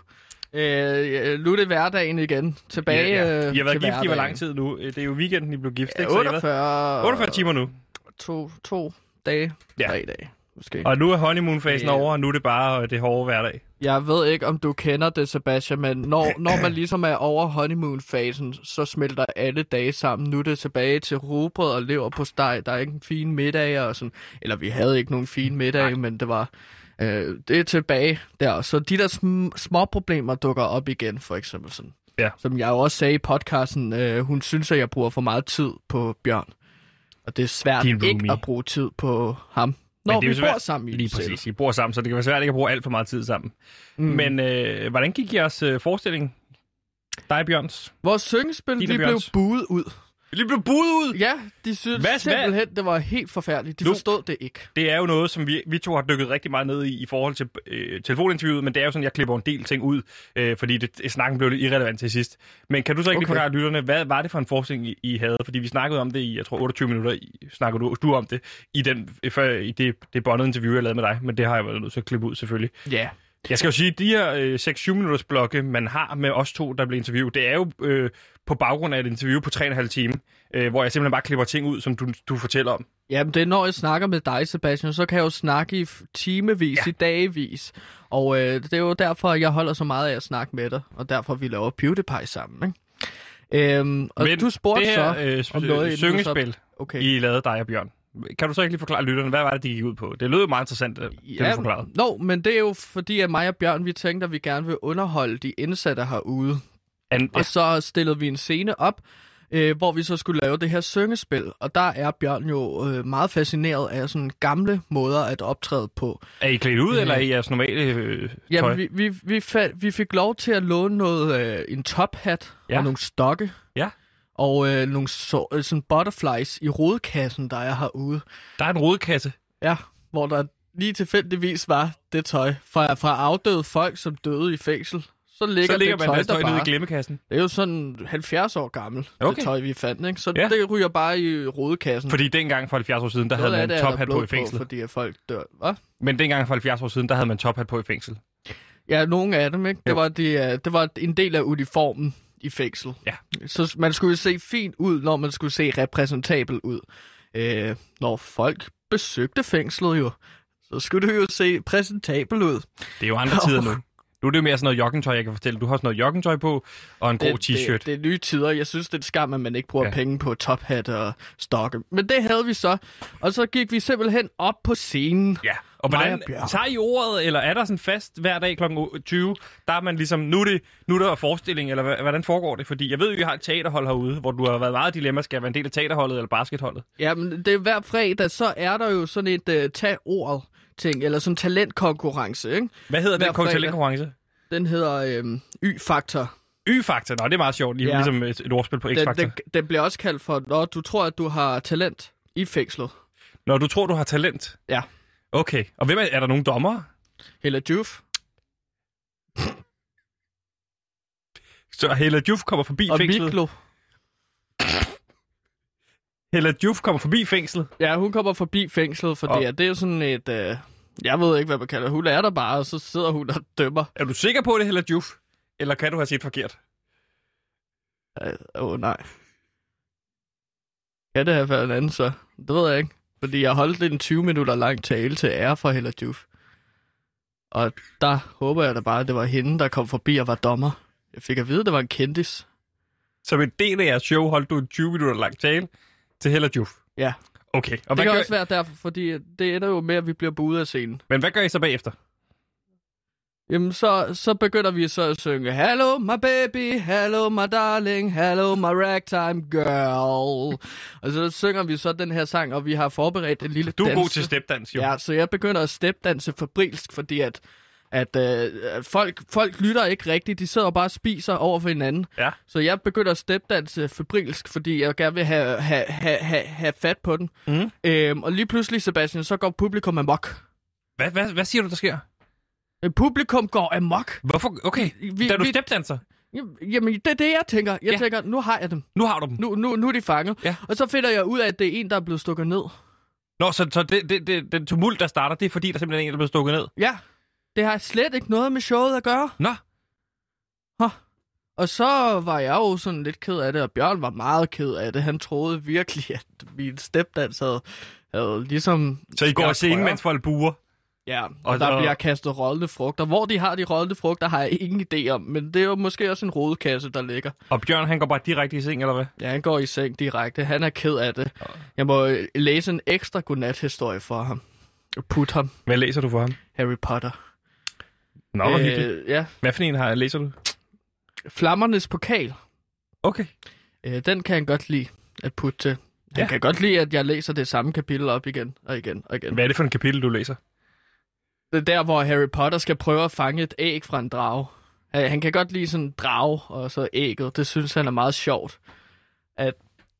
Øh, nu er det hverdagen igen. Tilbage ja, ja. I har været gift hverdagen. i hvor lang tid nu? Det er jo weekenden, I blev gift, ja, ikke? otteogfyrre, otteogfyrre timer nu. To, to dage, ja. tre dage måske. Og nu er honeymoon-fasen ja. over, og nu er det bare det hårde hverdag. Jeg ved ikke, om du kender det, Sebastian, men når, når man ligesom er over honeymoon-fasen, så smelter alle dage sammen. Nu er det tilbage til rugbrød og leverpostej. Der er ikke en fin middag og sådan. Eller vi havde ikke nogen fin middag, Nej. men det var... Øh, det er tilbage der. Så de der sm- små problemer dukker op igen, for eksempel sådan. Ja. Som jeg jo også sagde i podcasten, øh, hun synes, at jeg bruger for meget tid på Bjørn. Og det er svært ikke at bruge tid på ham. Når vi bor sammen i Lige præcis, I bor sammen, så det kan være svært ikke at bruge alt for meget tid sammen. Mm. Men øh, hvordan gik jeres øh, forestilling? Dig, Bjørns? Vores syngespil, de blev buet ud. De blev buet ud? Ja, de synes hvad, simpelthen, hvad? det var helt forfærdeligt. De nu, forstod det ikke. Det er jo noget, som vi, vi to har dykket rigtig meget ned i i forhold til øh, telefoninterviewet, men det er jo sådan, jeg klipper en del ting ud, øh, fordi det, snakken blev lidt irrelevant til sidst. Men kan du så ikke okay. lige forklare lytterne, hvad var det for en forestilling, I, I havde? Fordi vi snakkede om det i, jeg tror, otteogtyve minutter, I, snakkede du, du om det, i, den, i det, det båndede interview, jeg lavede med dig, men det har jeg været nødt til at klippe ud, selvfølgelig. Ja. Yeah. Jeg skal jo sige, at de her øh, seks syv minutters blokke, man har med os to, der bliver interviewet, det er jo øh, på baggrund af et interview på tre og en halv time, øh, hvor jeg simpelthen bare klipper ting ud, som du, du fortæller om. Jamen, det er, når jeg snakker med dig, Sebastian, så kan jeg jo snakke i timevis, ja. i dagevis. Og øh, det er jo derfor, jeg holder så meget af at snakke med dig, og derfor vi laver PewDiePie sammen, ikke? Øhm, og Men du spurgte det her, så øh, om noget syngespil, så... okay. I lavede dig og Bjørn. Kan du så ikke lige forklare lytterne, hvad var det, de gik ud på? Det lød meget interessant, det ja, du forklarede. Nå, men det er jo fordi, at mig og Bjørn, vi tænkte, at vi gerne vil underholde de indsatte herude. And, ja. Og så stillede vi en scene op, øh, hvor vi så skulle lave det her syngespil. Og der er Bjørn jo øh, meget fascineret af sådan gamle måder at optræde på. Er I klædt ud, øh, eller er I jeres normale øh, tøj? Jamen, vi, vi, vi, fa- vi fik lov til at låne noget, øh, en tophat ja. og nogle stokke. Ja. Og øh, nogle så, øh, sådan butterflies i rodekassen, der er herude. Der er en rodekasse? Ja, hvor der lige tilfældigvis var det tøj fra, fra afdøde folk, som døde i fængsel. Så ligger, så ligger det man tøj, der tøj der nede bare, i glemmekassen? Det er jo sådan halvfjerds år gammel, okay. det tøj, vi fandt, ikke? Så ja. det ryger bare i rodekassen. Fordi dengang for halvfjerds år siden, der Noget havde man tophat på i fængsel. På, fordi at folk dør. Hva? Men dengang for halvfjerds år siden, der havde man tophat på i fængsel. Ja, nogle af dem, ikke? Det var, de, det var en del af uniformen i fængsel. Ja. Så man skulle se fint ud, når man skulle se repræsentabel ud. Øh, når folk besøgte fængslet jo, så skulle det jo se præsentabel ud. Det er jo andre tider nu. Nu er det jo mere sådan noget joggingtøj, jeg kan fortælle. Du har sådan noget joggingtøj på, og en det, god t-shirt. Det, det er nye tider. Jeg synes, det er skam, at man ikke bruger ja. penge på tophat og stokke. Men det havde vi så. Og så gik vi simpelthen op på scenen. Ja. Og hvordan tager I ordet, eller er der sådan fast hver dag klokken tyve, der er man ligesom, nu er, det, nu er der forestilling, eller hvordan foregår det? Fordi jeg ved, at vi har et teaterhold herude, hvor du har været meget dilemma, skal jeg være en del af teaterholdet eller basketholdet? Ja, men det er hver fredag, så er der jo sådan et uh, tag ordet ting, eller sådan talentkonkurrence, ikke? Hvad hedder hver den fredag. talentkonkurrence? Den hedder øhm, Y-faktor. Y-faktor? Nå, det er meget sjovt, ja. Ligesom et, et ordspil på X-faktor. Den, den, den bliver også kaldt for, når du tror, at du har talent i fængslet. Når du tror, du har talent? Ja. Okay, og hvem er, er der nogen dommer? Hella Juf. Så Hella Juf kommer forbi og fængslet? Og Miklo. Hella Juf kommer forbi fængslet? Ja, hun kommer forbi fængslet, fordi og... det er sådan et... Øh, jeg ved ikke, hvad man kalder. Hun er der bare, og så sidder hun og dømmer. Er du sikker på det, Hella Juf? Eller kan du have set forkert? Åh, øh, oh, nej. Kan det have været en anden så? Det ved jeg ikke. Fordi jeg holdt en tyve minutter lang tale til ære for Hella Juf. Og der håber jeg da bare, at det var hende, der kom forbi og var dommer. Jeg fik at vide, at det var en kendis. Som en del af jeres show holdt du en tyve minutter lang tale til Hella Juf? Ja. Okay. Og det hvad kan gør... også være derfor, fordi det ender jo med, at vi bliver buet af scenen. Men hvad gør I så bagefter? Jamen, så, så begynder vi så at synge, hello my baby, hello my darling, hello my ragtime girl. Og så synger vi så den her sang, og vi har forberedt en lille Du er dans. god til stepdans, jo. Ja, så jeg begynder at stepdanse fabrilsk, fordi at, at øh, folk, folk lytter ikke rigtigt. De sidder og bare og spiser over for hinanden. Ja. Så jeg begynder at stepdanse fabrilsk, fordi jeg gerne vil have, have, have, have, have fat på den. Mm. Øhm, og lige pludselig, Sebastian, så går publikum amok. Hvad, hvad, hvad siger du, der sker? Publikum går amok. Hvorfor? Okay, vi, da du vi, stepdanser? Jamen, det er det, jeg tænker. Jeg ja. tænker, nu har jeg dem. Nu har du dem? Nu, nu, nu er de fanget. Ja. Og så finder jeg ud af, at det er en, der er blevet stukket ned. Nå, så, så det, det, det, den tumult, der starter, det er fordi, der simpelthen er en, der er blevet stukket ned? Ja. Det har slet ikke noget med showet at gøre. Nå. Huh. Og så var jeg jo sådan lidt ked af det, og Bjørn var meget ked af det. Han troede virkelig, at min stepdans havde, havde ligesom... Så I går i scenen, mens folk buer? Ja, og, og der og... bliver kastet rådne frugter. Hvor de har de rådne frugter, har jeg ingen idé om. Men det er jo måske også en rodekasse, der ligger. Og Bjørn, han går bare direkte i seng, eller hvad? Ja, han går i seng direkte. Han er ked af det. Jeg må læse en ekstra godnat-historie for ham. Put ham. Hvad læser du for ham? Harry Potter. Nå, hvor hyggeligt. Ja. Hvad for en har læser du? Flammernes pokal. Okay. Øh, den kan han godt lide at putte til. Han ja. kan godt lide, at jeg læser det samme kapitel op igen og igen og igen. Hvad er det for en kapitel, du læser? Det er der, hvor Harry Potter skal prøve at fange et æg fra en drage. Han kan godt lide sådan en drage og så ægget. Det synes han er meget sjovt. At,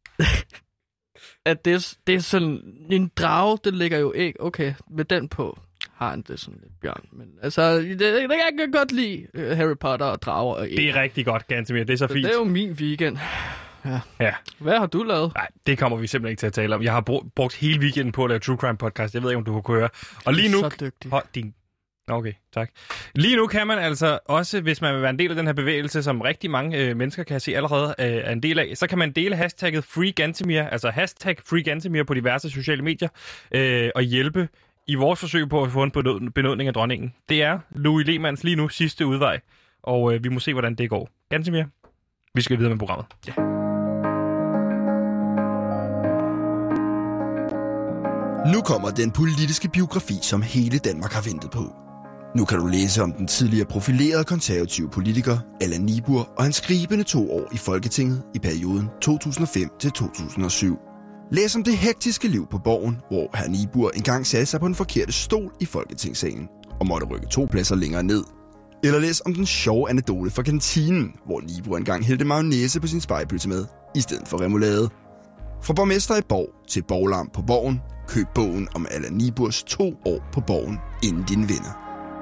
at det, er, det er sådan en drage, det ligger jo æg. Okay, med den på har han det sådan lidt, Bjørn. Men altså, det, det kan jeg godt lide Harry Potter og drager og æg. Det er rigtig godt, Gantemir. Det er så fint. Det er jo min weekend. Ja. ja. Hvad har du lavet? Nej, det kommer vi simpelthen ikke til at tale om. Jeg har brugt hele weekenden på at lave True Crime podcast. Jeg ved ikke, om du kunne høre. Og lige nu... Så dygtig. Hold din... Okay, tak. Lige nu kan man altså også, hvis man vil være en del af den her bevægelse, som rigtig mange øh, mennesker kan se allerede øh, er en del af, så kan man dele hashtagget FreeGantemir, altså hashtag FreeGantemir på diverse sociale medier, øh, og hjælpe i vores forsøg på at få en benådning af dronningen. Det er Louis Lehmanns lige nu sidste udvej, og øh, vi må se, hvordan det går. Gantemir, vi skal videre med programmet. Ja. Nu kommer den politiske biografi, som hele Danmark har ventet på. Nu kan du læse om den tidligere profilerede konservative politiker Allan Niburg og hans skribende to år i Folketinget i perioden to tusind og fem til to tusind og syv. Læs om det hektiske liv på Borgen, hvor hr. Niburg engang satte sig på den forkerte stol i Folketingssalen og måtte rykke to pladser længere ned. Eller læs om den sjove anekdote fra kantinen, hvor Niburg engang hældte mayonnaise på sin spegepølse med, i stedet for remoulade. Fra borgmester i Borg til borglarm på Borgen, køb bogen om Allan Niburgs to år på Borgen, inden din vinder.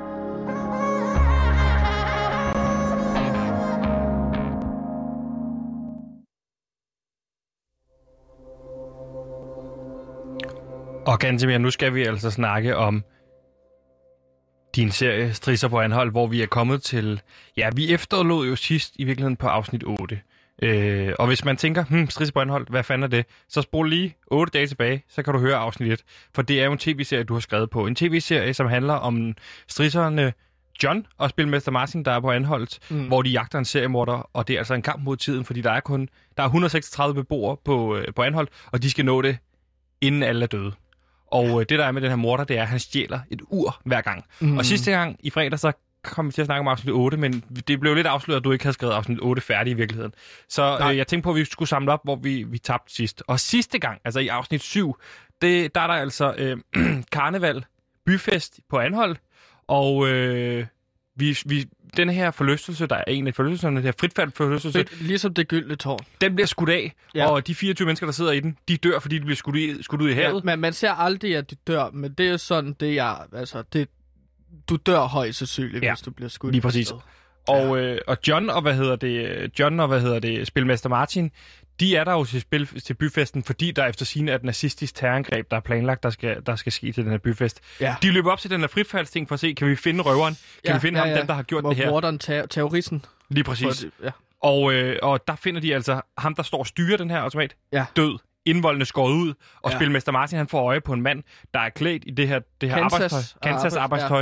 Og Gantemir, nu skal vi altså snakke om din serie Strisser på Anhold, hvor vi er kommet til... Ja, vi efterlod jo sidst i virkeligheden på afsnit otte. Øh, og hvis man tænker, hmm, Strisser på Anhold, hvad fanden er det? Så spol lige otte dage tilbage, så kan du høre afsnit et. For det er jo en tv-serie, du har skrevet på. En tv-serie, som handler om strisserne John og spilmester Martin, der er på Anholdt, mm. hvor de jagter en seriemorder, og det er altså en kamp mod tiden, fordi der er kun der er et hundrede og seksogtredive beboere på, øh, på Anholdt, og de skal nå det, inden alle er døde. Og øh, det, der er med den her morder, det er, at han stjæler et ur hver gang. Mm. Og sidste gang i fredag, så kom vi til at snakke om afsnit otte, men det blev lidt afsløret, at du ikke havde skrevet afsnit otte færdig i virkeligheden. Så øh, jeg tænkte på, at vi skulle samle op, hvor vi, vi tabte sidst. Og sidste gang, altså i afsnit syv, det, der er der altså øh, karneval, byfest på Anholdt, og øh, vi, vi, den her forlystelse, der er en af forlystelserne, den her fritfald forlystelse, ligesom det gyldne tårn, den bliver skudt af, ja. Og de fireogtyve mennesker, der sidder i den, de dør, fordi de bliver skudt, i, skudt ud i havet. Ja, men man ser aldrig, at de dør, men det er sådan, det er, altså, det, du dør højst sandsynligt, ja. Hvis du bliver skudt. Lige præcis. Og, øh, og John og hvad hedder det, John og hvad hedder det, spilmester Martin, de er der jo til, spil, til byfesten, fordi der efter sigende er et nazistisk terrorangreb, der er planlagt, der skal, der skal ske til den her byfest. Ja. De løber op til den her fritfaldsting for at se, kan vi finde røveren? Kan ja, vi finde ja, ham, ja. den der har gjort Hvor det her? Morderen, ter- terroristen. Lige præcis. Ja. Og, øh, og der finder de altså ham, der står og styrer den her automat, ja. død. Indvoldene skåret ud, og ja. spilmester Martin han får øje på en mand, der er klædt i det her, det her Kansas arbejdstøj, Kansas arbejdstøj, ja.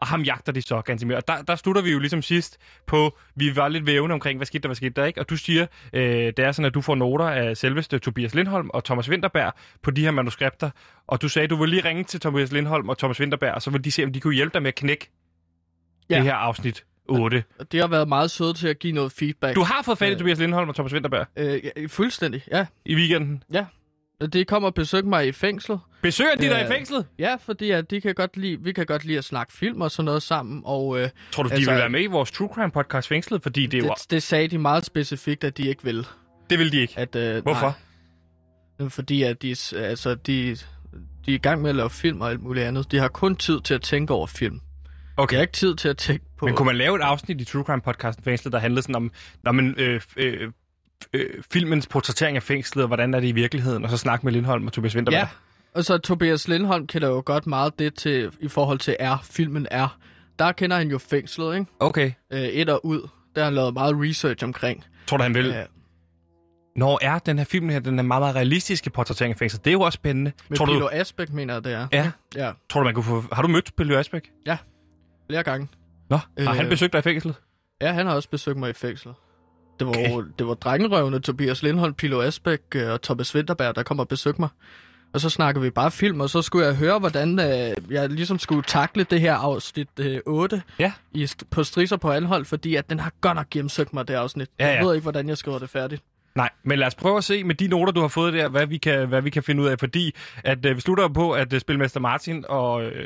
og ham jagter de så ganske mere. Og der, der slutter vi jo ligesom sidst på, vi var lidt vævende omkring, hvad skete der, hvad skete der ikke? Og du siger, øh, det er sådan, at du får noter af selveste Tobias Lindholm og Thomas Vinterberg på de her manuskripter, og du sagde, at du ville lige ringe til Tobias Lindholm og Thomas Vinterberg, og så ville de se, om de kunne hjælpe dig med at knække ja. det her afsnit otte. Det har været meget søde til at give noget feedback. Du har fået fat i Tobias Lindholm og Thomas Vinterberg? Øh, ja, fuldstændig, ja. I weekenden? Ja. De kommer og besøger mig i fængslet. Besøger de øh, dig i fængslet? Ja, fordi at de kan godt lide, vi kan godt lide at snakke film og sådan noget sammen. Og, øh, tror du, de altså, vil være med i vores True Crime podcast Fængslet? Fordi det, det, var... det sagde de meget specifikt, at de ikke vil. Det vil de ikke? At, øh, Hvorfor? Nej. Fordi at de, altså, de, de er i gang med at lave film og alt muligt andet. De har kun tid til at tænke over film. Okay. De har ikke tid til at tænke på... Men kunne man lave et afsnit i True Crime podcasten Fængslet, der handlede sådan om... Når man, øh, øh, Øh, filmens portrættering af fængslet, og hvordan er det i virkeligheden, og så snakke med Lindholm og Tobias Vinterberg. Ja, og så Tobias Lindholm kender jo godt meget det til, i forhold til R, filmen R. Der kender han jo fængslet, ikke? Okay. Øh, et og ud. Der har han lavet meget research omkring. Tror du, han vil? Øh, Når er den her film her, den er meget, meget realistiske portrættering af fængslet. Det er jo også spændende. Med tror Pilo du... Asbæk, mener jeg, det er. Ja. ja. Tror du, man kunne få... Har du mødt Pilo Asbæk? Ja, flere gange. Nå, har øh, han besøgt dig i fængslet? Ja, han har også besøgt mig i fængslet. Det var, okay. det var drengerøvene, Tobias Lindholm, Pilo Asbæk og Thomas Vinterberg, der kom og besøgte mig. Og så snakkede vi bare film, og så skulle jeg høre, hvordan øh, jeg ligesom skulle takle det her afsnit øh, otte ja. i, på Strisser på Anhold, fordi at den har godt nok hjemsøgt mig, det afsnit. Ja, ja. Jeg ved ikke, hvordan jeg skriver det færdigt. Nej, men lad os prøve at se med de noter, du har fået der, hvad vi kan, hvad vi kan finde ud af, fordi at, øh, vi slutter på, at øh, Spilmester Martin og, øh,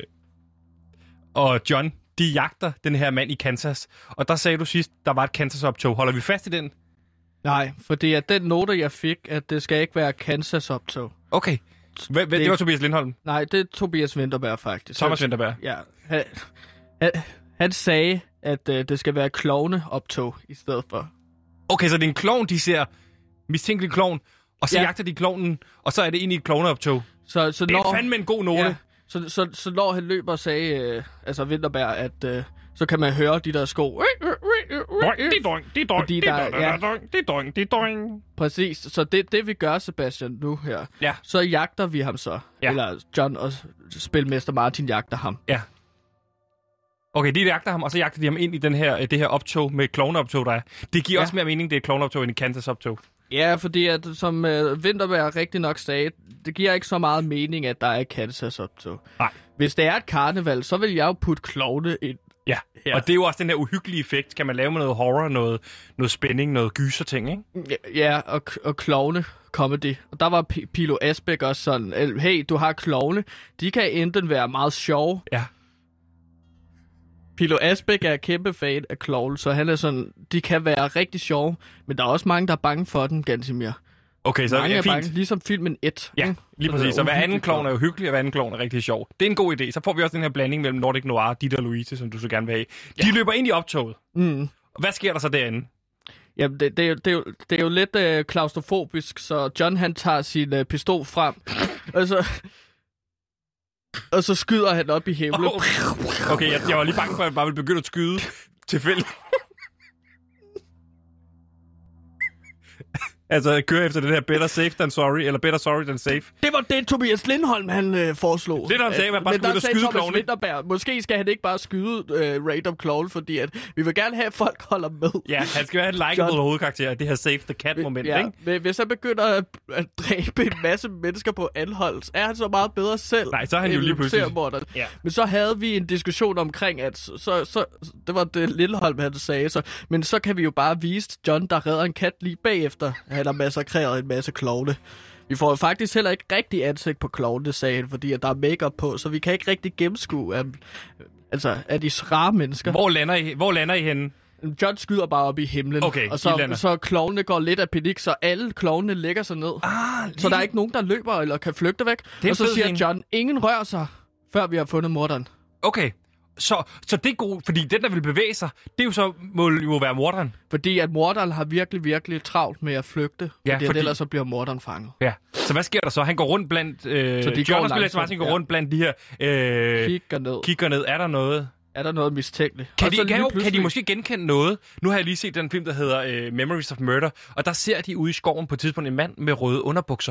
og John, de jagter den her mand i Kansas. Og der sagde du sidst, der var et Kansas-optog. Holder vi fast i den? Nej, fordi at den note, jeg fik, at det skal ikke være Kansas-optog. Okay. H- det, det var Tobias Lindholm? Nej, det er Tobias Vinterberg, faktisk. Thomas Vinterberg? Ja. Han, han, han sagde, at uh, det skal være klovne-optog i stedet for. Okay, så det er en klovn, de ser mistænkelig klovn, og så ja. jagter de klovnen, og så er det ind i et klovneoptog. Så, så det når, er fandme en god note. Ja. Så, så, så når han løber og sagde, øh, altså Vinterberg, at øh, så kan man høre de der sko. Fordi der, præcis. Så det, det vi gør, Sebastian, nu her, ja. så jagter vi ham så. Ja. Eller John og Spilmester Martin jagter ham. Ja. Okay, de jagter ham, og så jagter de ham ind i den her, det her optog med klovneoptog, der er. Det giver ja. også mere mening, det er et klovneoptog end et Kansas-optog. Ja, fordi at, som øh, Vinterberg rigtig nok sagde, det giver ikke så meget mening, at der er et Kansas-optog. Nej. Hvis det er et karneval, så vil jeg jo putte klovne ind. Ja, her. Og det er jo også den der uhyggelige effekt. Kan man lave med noget horror, noget, noget spænding, noget gyser-ting, ikke? Ja, og, og klovne comedy. Og der var P- Pilo Asbæk også sådan, hey, du har klovne, de kan enten være meget sjove. Ja. Pilo Asbæk er kæmpe fan af klovne, så han er sådan, de kan være rigtig sjove, men der er også mange, der er bange for den, Gansimir. Okay, så mange er er fint. Bange, ligesom filmen et. Ja, lige præcis. Så hver anden klovn er jo hyggelig, og hver anden klovn er rigtig sjov. Det er en god idé. Så får vi også den her blanding mellem Nordic Noir og Ditte og Louise, som du så gerne vil have. De ja. løber ind i optoget. Mm. Hvad sker der så derinde? Jamen, det, det, er, jo, det, er, jo, det er jo lidt øh, klaustrofobisk, så John han tager sin øh, pistol frem, og så... Og så skyder han op i himlen. Oh. Okay, jeg, jeg var lige bange for, at jeg bare ville begynde at skyde tilfældigt. Altså, køre efter det der better safe than sorry, eller better sorry than safe. Det var det, Tobias Lindholm, han øh, foreslog. Det, han sagde, var bare Men skulle skyde Thomas klovne. Vinterberg, måske skal han ikke bare skyde øh, random clown, fordi at vi vil gerne have, at folk holder med. Ja, han skal være en likeable hovedkarakter, det her save the cat-moment, ja, ikke? Hvis han begynder at, at dræbe en masse mennesker på Anhold, er han så meget bedre selv. Nej, så er han jo lige pludselig. Ja. Men så havde vi en diskussion omkring, at så, så, så det var det Lilleholm, han sagde. Så, men så kan vi jo bare vise John, der redder en kat lige bagefter. Han har massakreret en masse klovne. Vi får jo faktisk heller ikke rigtig ansigt på klovne, sagde han, fordi at der er make-up på, så vi kan ikke rigtig gennemskue, at, altså, at de rare mennesker. Hvor lander I, hvor lander I henne? John skyder bare op i himlen, okay, og så, så klovnene går lidt af panik, så alle klovnene lægger sig ned. Ah, så der er ikke nogen, der løber eller kan flygte væk. Og så siger John, ingen rører sig, før vi har fundet morderen. Okay, så, så det er godt, fordi den, der vil bevæge sig, det er jo så, må jo være morderen. Fordi at morderen har virkelig, virkelig travlt med at flygte, ja, fordi, fordi... ellers så bliver morderen fanget. Ja, så hvad sker der så? Han går rundt blandt... Øh, så de John går og Spilmester Martin går ja. rundt blandt de her... Øh, kigger ned. Kigger ned. Er der noget... Er der noget mistænkeligt? Kan de, kan, jo, pludselig... kan de måske genkende noget? Nu har jeg lige set den film, der hedder uh, Memories of Murder, og der ser de ude i skoven på et tidspunkt en mand med røde underbukser.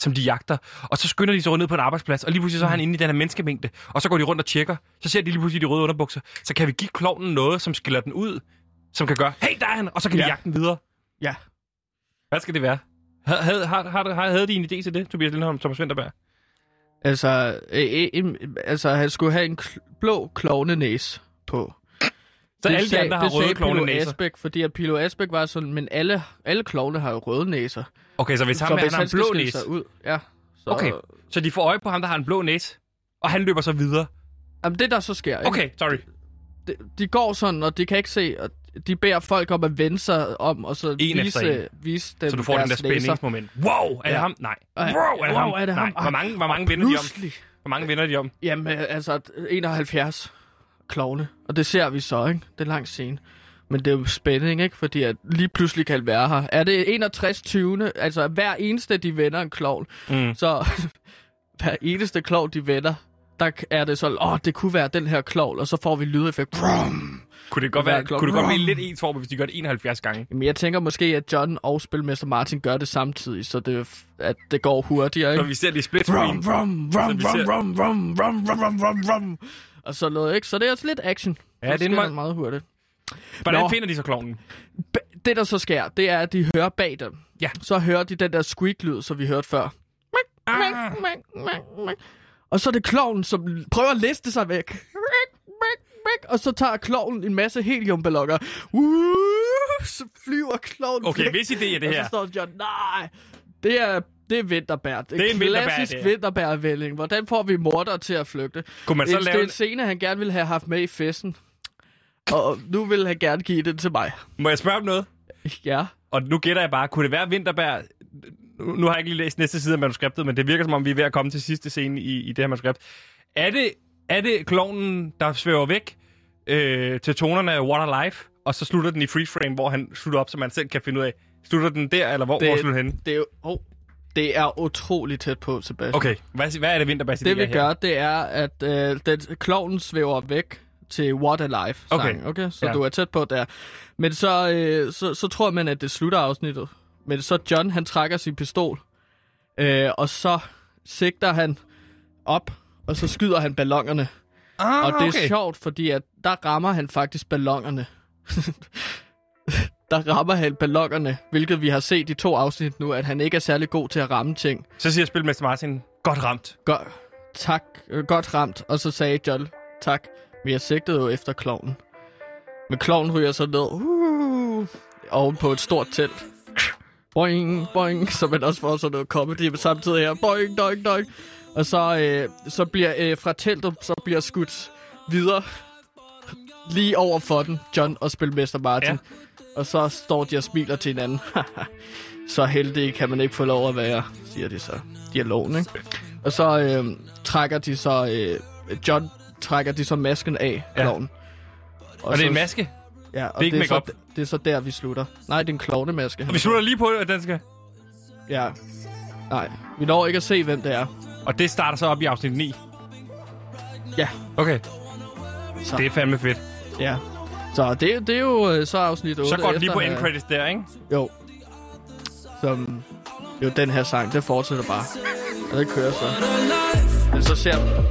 som de jagter. Og så skynder de sig rundt ned på en arbejdsplads, og lige pludselig så er han inde i den her menneskemængde. Og så går de rundt og tjekker. Så ser de lige pludselig de røde underbukser. Så kan vi give klovnen noget, som skiller den ud, som kan gøre, hey, der er han! Og så kan ja. de jagte den videre. Ja. Hvad skal det være? Havde, har, har, har, havde de en idé til det, Tobias Lindholm, Thomas Vinterberg? Altså, øh, øh, altså han skulle have en kl- blå klovnenæse på. Så det alle de andre har røde klovnenæser? Asbæk, fordi at Pilo Asbæk var sådan, men alle, alle klovne har jo røde næser. Okay, så hvis ham så hvis han har en blå næse? Ud, ja, så... Okay, så de får øje på ham, der har en blå næse, og han løber så videre? Jamen, det der så sker, ikke? Okay, sorry. De, de går sådan, og de kan ikke se, og de beder folk om at vende sig om, og så en vise, vise dem. Så du får den der spændingsmoment. Wow, er ja. det ham? Nej. Wow, er det wow, ham? Er det ham? Nej. Hvor mange, hvor mange vender de om? Hvor mange vender de om? Jamen, altså enoghalvfjerds klovne, og det ser vi så, ikke? Det er lang scene. Men det er jo spænding, ikke? Fordi at lige pludselig kan det være her. Er det enogtres tyvende Altså, hver eneste, de vender en klovn. Mm. Så hver eneste klovn, de vender, der er det så, åh, det kunne være den her klovn, og så får vi lydeffekt. Brum! Kunne det godt være, kunne det godt blive lidt ensformet, hvis de gør det enoghalvfjerds gange? Jamen, jeg tænker måske, at John og Spilmester Martin gør det samtidig, så det, at det går hurtigere, ikke? Så vi ser det i split screen. Rum, rum, rum, rum, rum, rum, rum, rum, rum, og så noget, ikke? Så det er også lidt action. Ja, det er meget... meget hurtigt. Hvordan Nå, finder de så klovnen? Det, der så sker, det er, at de hører bag dem. Ja. Så hører de den der squeak-lyd, som vi hørte før. Ah. Og så er det klovnen, som prøver at liste sig væk. Og så tager klovnen en masse heliumballoner. Så flyver klovnen Okay, væk. hvis idé er det her. Og så står John, nej, det er... Det er vinterbær. Det er en klassisk vinterbærvælling. Hvordan får vi morder til at flygte? Kunne man så det, lave... det er en scene, han gerne ville have haft med i festen. Og nu vil han gerne give den til mig. Må jeg spørge om noget? Ja. Og nu gætter jeg bare, kunne det være vinterbær... Nu har jeg ikke lige læst næste side af manuskriptet, men det virker som om, vi er ved at komme til sidste scene i, i det her manuskript. Er det, er det klovnen, der svæver væk øh, til tonerne af Water Life, og så slutter den i freeze frame, hvor han slutter op, så man selv kan finde ud af, slutter den der, eller hvor, det, hvor slutter henne? Det er jo... Oh. Det er utroligt tæt på, Sebastian. Okay, hvad, hvad er det vinterbær? Det vi gør, det er, at øh, den, klovnen svæver væk til What a Life sang, okay. okay? Så ja. du er tæt på der. Men så, øh, så, så tror man, at det slutter afsnittet. Men så John, han trækker sin pistol, øh, og så sigter han op, og så skyder han ballongerne. Ah, og det er okay. sjovt, fordi at der rammer han faktisk ballongerne. Der rammer han ballongerne, hvilket vi har set i to afsnit nu, at han ikke er særlig god til at ramme ting. Så siger Spilmester Martin, godt ramt. Godt, tak, øh, godt ramt. Og så sagde John, tak, men jeg sigtede jo efter klovnen. Men klovnen ryger så ned uh, oven på et stort telt. Boing, boing, så man også får sådan noget comedy samtidig her. Boing, doing, doing. Og så, øh, så bliver øh, fra teltet, så bliver skudt videre lige over for den, John og Spilmester Martin. Ja. Og så står de og smiler til hinanden. Så heldig kan man ikke få lov at være, siger de så. Dialogen, ikke? Og så øh, trækker de så... Øh, John trækker de så masken af, klovnen. Ja. Og, og det er en maske? Ja, og det er, det, er så, det, det er så der, vi slutter. Nej, det er en klovnemaske. Og vi slutter lige på, at den skal... Ja. Nej, vi når ikke at se, hvem det er. Og det starter så op i afsnit ni? Ja. Okay. Så. Det er fandme fedt. Ja. Så det, det er jo så afsnit otte. Så går det lige på end credits der, ikke? Jo. Som... Jo, den her sang, det fortsætter bare. Og det kører så. Men så ser man...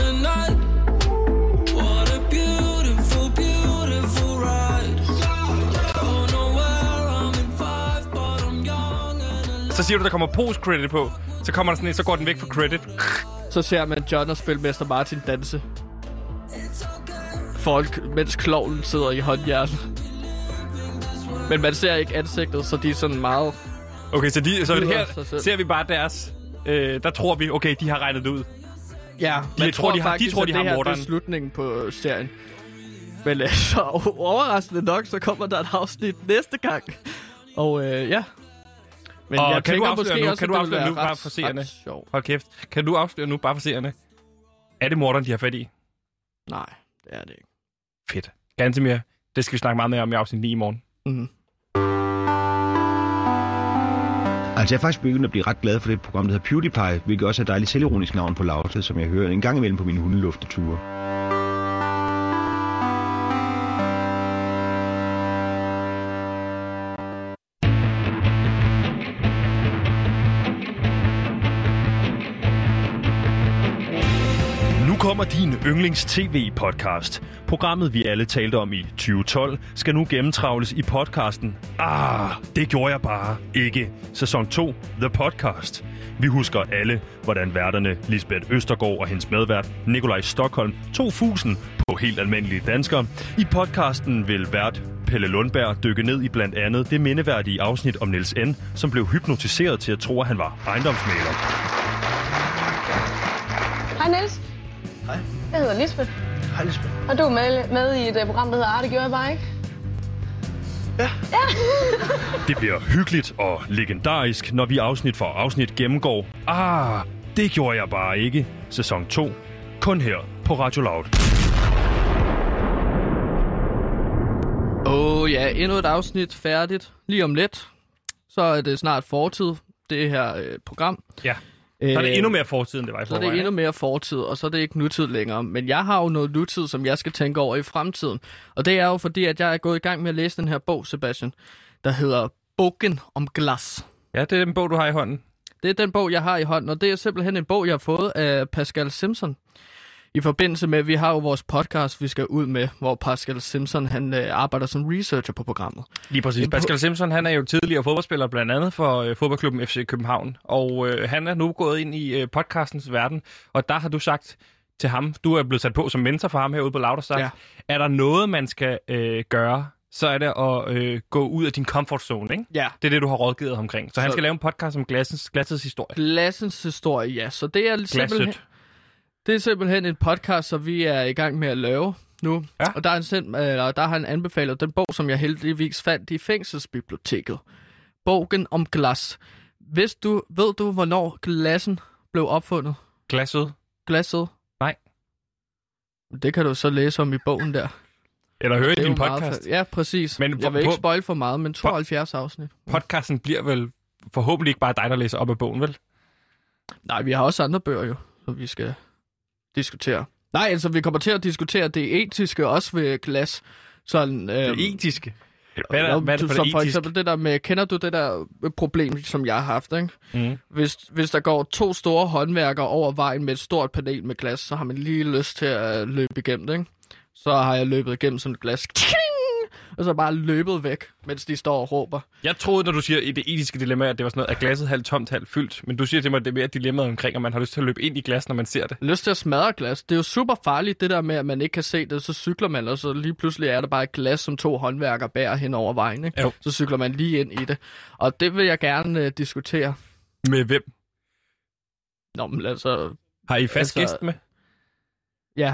Så siger du, der kommer post-credit på. Så kommer der sådan en, så går den væk fra credit. Så ser man John og Spilmester Martin danse. Folk, mens klovnen sidder i håndjernet. Men man ser ikke ansigtet, så de er sådan meget... Okay, så, de, så det her ser vi bare deres... Øh, der tror vi, okay, de har regnet det ud. Ja, de man tror, tror de har, faktisk, de tror, de at har det her morderen. Det er slutningen på serien. Men altså, overraskende nok, så kommer der et afsnit næste gang. Og øh, ja... Men og jeg kan tænker du afsløre måske nu, også, kan du afsløre nu bare for seerne? Hold kæft. Kan du afsløre nu bare for seerne? Er det morderen, de har fat i? Nej, det er det ikke. Fedt. Gantemir, det skal vi snakke meget mere om i afsnit ni i morgen. Mm. Altså, jeg er faktisk begyndt at blive ret glad for det program, der hedder PewDiePie, hvilket også er et dejligt selvironisk navn på Lautet, som jeg hører en gang imellem på mine hundelufteture. kommer din yndlings-T V-podcast. Programmet, vi alle talte om i tyve tolv, skal nu gennemtravles i podcasten Ah, det gjorde jeg bare ikke. Sæson to, The Podcast. Vi husker alle, hvordan værterne Lisbeth Østergaard og hendes medvært Nikolaj Stockholm tog fusen på helt almindelige danskere. I podcasten vil vært Pelle Lundberg dykke ned i blandt andet det mindeværdige afsnit om Niels N., som blev hypnotiseret til at tro, at han var ejendomsmægler. Hej Niels. Hej. Jeg hedder Lisbeth. Hej Lisbeth. Og du er med, med i et program, der hedder Ah, det gjorde jeg bare ikke? Ja. Ja. Det bliver hyggeligt og legendarisk, når vi afsnit for afsnit gennemgår Ah, det gjorde jeg bare ikke. Sæson to. Kun her på Radio Loud. Åh oh, ja, endnu et afsnit færdigt. Lige om lidt. Så er det snart fortid, det her øh, program. Ja. Så er det endnu mere fortid, end det var i forvejen. Så er det endnu mere fortid, og så er det ikke nutid længere. Men jeg har jo noget nutid, som jeg skal tænke over i fremtiden. Og det er jo fordi, at jeg er gået i gang med at læse den her bog, Sebastian, der hedder Bogen om glas. Ja, det er den bog, du har i hånden. Det er den bog, jeg har i hånden, og det er simpelthen en bog, jeg har fået af Pascal Simpson. I forbindelse med, at vi har jo vores podcast, vi skal ud med, hvor Pascal Simpson han øh, arbejder som researcher på programmet. Lige præcis. Pascal Simpson han er jo tidligere fodboldspiller, blandt andet for øh, fodboldklubben F C København. Og øh, han er nu gået ind i øh, podcastens verden, og der har du sagt til ham, du er blevet sat på som mentor for ham herude på Lautersagt. Ja. Er der noget, man skal øh, gøre, så er det at øh, gå ud af din comfort zone, ikke? Ja. Det er det, du har rådgivet omkring. Så, så han skal lave en podcast om glassens, glassets historie. Glassens historie, ja. Så det er simpelthen... Det er simpelthen en podcast, som vi er i gang med at lave nu. Ja. Og der, er en sendt, øh, der har han anbefalet den bog, som jeg heldigvis fandt i fængselsbiblioteket. Bogen om glas. Hvis du, ved du, hvornår glassen blev opfundet? Glasset? Glasset? Nej. Det kan du så læse om i bogen der. Eller høre i din podcast. Meget, ja, præcis. Men jeg vil ikke spoil for meget, men tooghalvfjerds afsnit. Podcasten bliver vel forhåbentlig ikke bare dig, der læser op af bogen, vel? Nej, vi har også andre bøger jo, som vi skal... diskutere. Nej, altså vi kommer til at diskutere det etiske også ved glas. Sådan, øhm, det etiske? Hvad er, hvad er det for, som det for eksempel det der med, kender du det der problem, som jeg har haft, ikke? Mm. Hvis, hvis der går to store håndværkere over vejen med et stort panel med glas, så har man lige lyst til at løbe igennem det, ikke? Så har jeg løbet igennem sådan et glas. Og så bare løbet væk, mens de står og råber. Jeg troede, når du siger i det etiske dilemma, at det var sådan noget, at glasset halvt tomt, halvt fyldt. Men du siger til mig, at det er mere dilemmaet omkring, at man har lyst til at løbe ind i glas, når man ser det. Lyst til at smadre glas. Det er jo super farligt, det der med, at man ikke kan se det. Så cykler man, og så lige pludselig er der bare et glas, som to håndværkere bærer hen over vejen. Ikke? Jo. Så cykler man lige ind i det. Og det vil jeg gerne uh, diskutere. Med hvem? Nå, men altså... Har I fast altså, gæst med? Ja.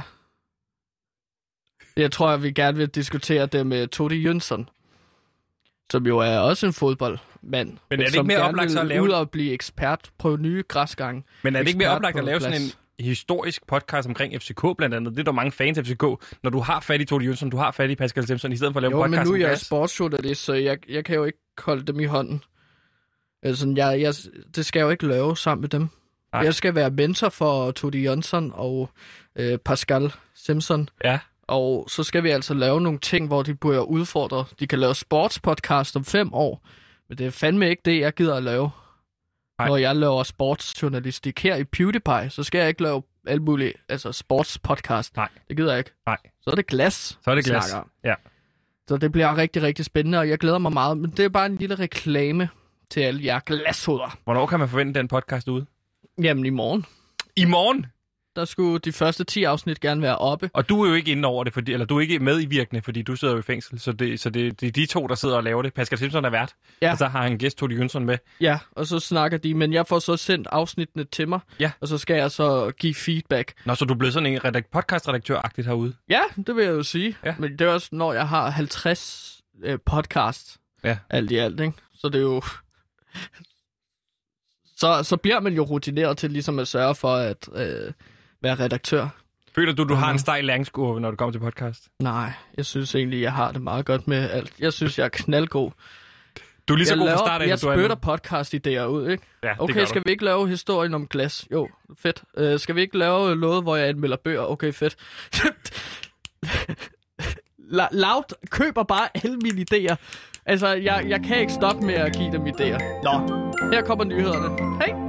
Jeg tror, at vi gerne vil diskutere det med Todi Jønsson, som jo er også en fodboldmand. Men er det ikke mere oplagt at lave ud og blive ekspert på nye græsgange? Men er det ikke mere oplagt at lave sådan en historisk podcast omkring F C K blandt andet? Det er der mange fans af F C K. Når du har fat i Todi Jønsson, du har fat i Pascal Simpson, i stedet for at lave jo, podcast om men nu er jeg sportsjournalist, så jeg, jeg kan jo ikke holde dem i hånden. Altså, jeg, jeg, det skal jeg jo ikke lave sammen med dem. Nej. Jeg skal være mentor for Todi Jønsson og øh, Pascal Simpson. Ja. Og så skal vi altså lave nogle ting, hvor de bliver udfordret. De kan lave sportspodcast om fem år, men det er fandme ikke det, jeg gider at lave. Nej. Når jeg laver sportsjournalistik her i PewDiePie, så skal jeg ikke lave alt muligt, altså sportspodcast. Nej. Det gider jeg ikke. Nej. Så er det glas. Så er det glas, ja. Så det bliver rigtig, rigtig spændende, og jeg glæder mig meget. Men det er bare en lille reklame til alle jer glashoveder. Hvornår kan man forvente den podcast ude? Jamen i morgen. I morgen? Der skulle de første ti afsnit gerne være oppe. Og du er jo ikke inde over det, fordi, eller du er ikke med i virkende, fordi du sidder jo i fængsel. Så det, så det, det er de to, der sidder og laver det. Pascal Simpson er vært, ja. Og så har han gæst Todi Jønsson med. Ja, og så snakker de, men jeg får så sendt afsnittene til mig, ja. Og så skal jeg så give feedback. Nå, så du er blevet sådan en redak- podcast-redaktør-agtigt herude? Ja, det vil jeg jo sige. Ja. Men det er også, når jeg har halvtreds øh, podcasts, ja. Alt i alt, ikke? Så det er jo... så, så bliver man jo rutineret til ligesom at sørge for at... Øh, være redaktør. Føler du, du har en stejl læringskurve, når du kommer til podcast? Nej, jeg synes egentlig, jeg har det meget godt med alt. Jeg synes, jeg er knaldgod. Du er lige så jeg god laver, fra start af, Jeg spytter podcast-idéer ud, ikke? Ja, okay, skal vi ikke lave historien om glas? Jo, fedt. Uh, skal vi ikke lave noget, hvor jeg anmelder bøger? Okay, fedt. Loud køber bare alle mine idéer. Altså, jeg, jeg kan ikke stoppe med at give dem idéer. Nå, her kommer nyhederne. Hej!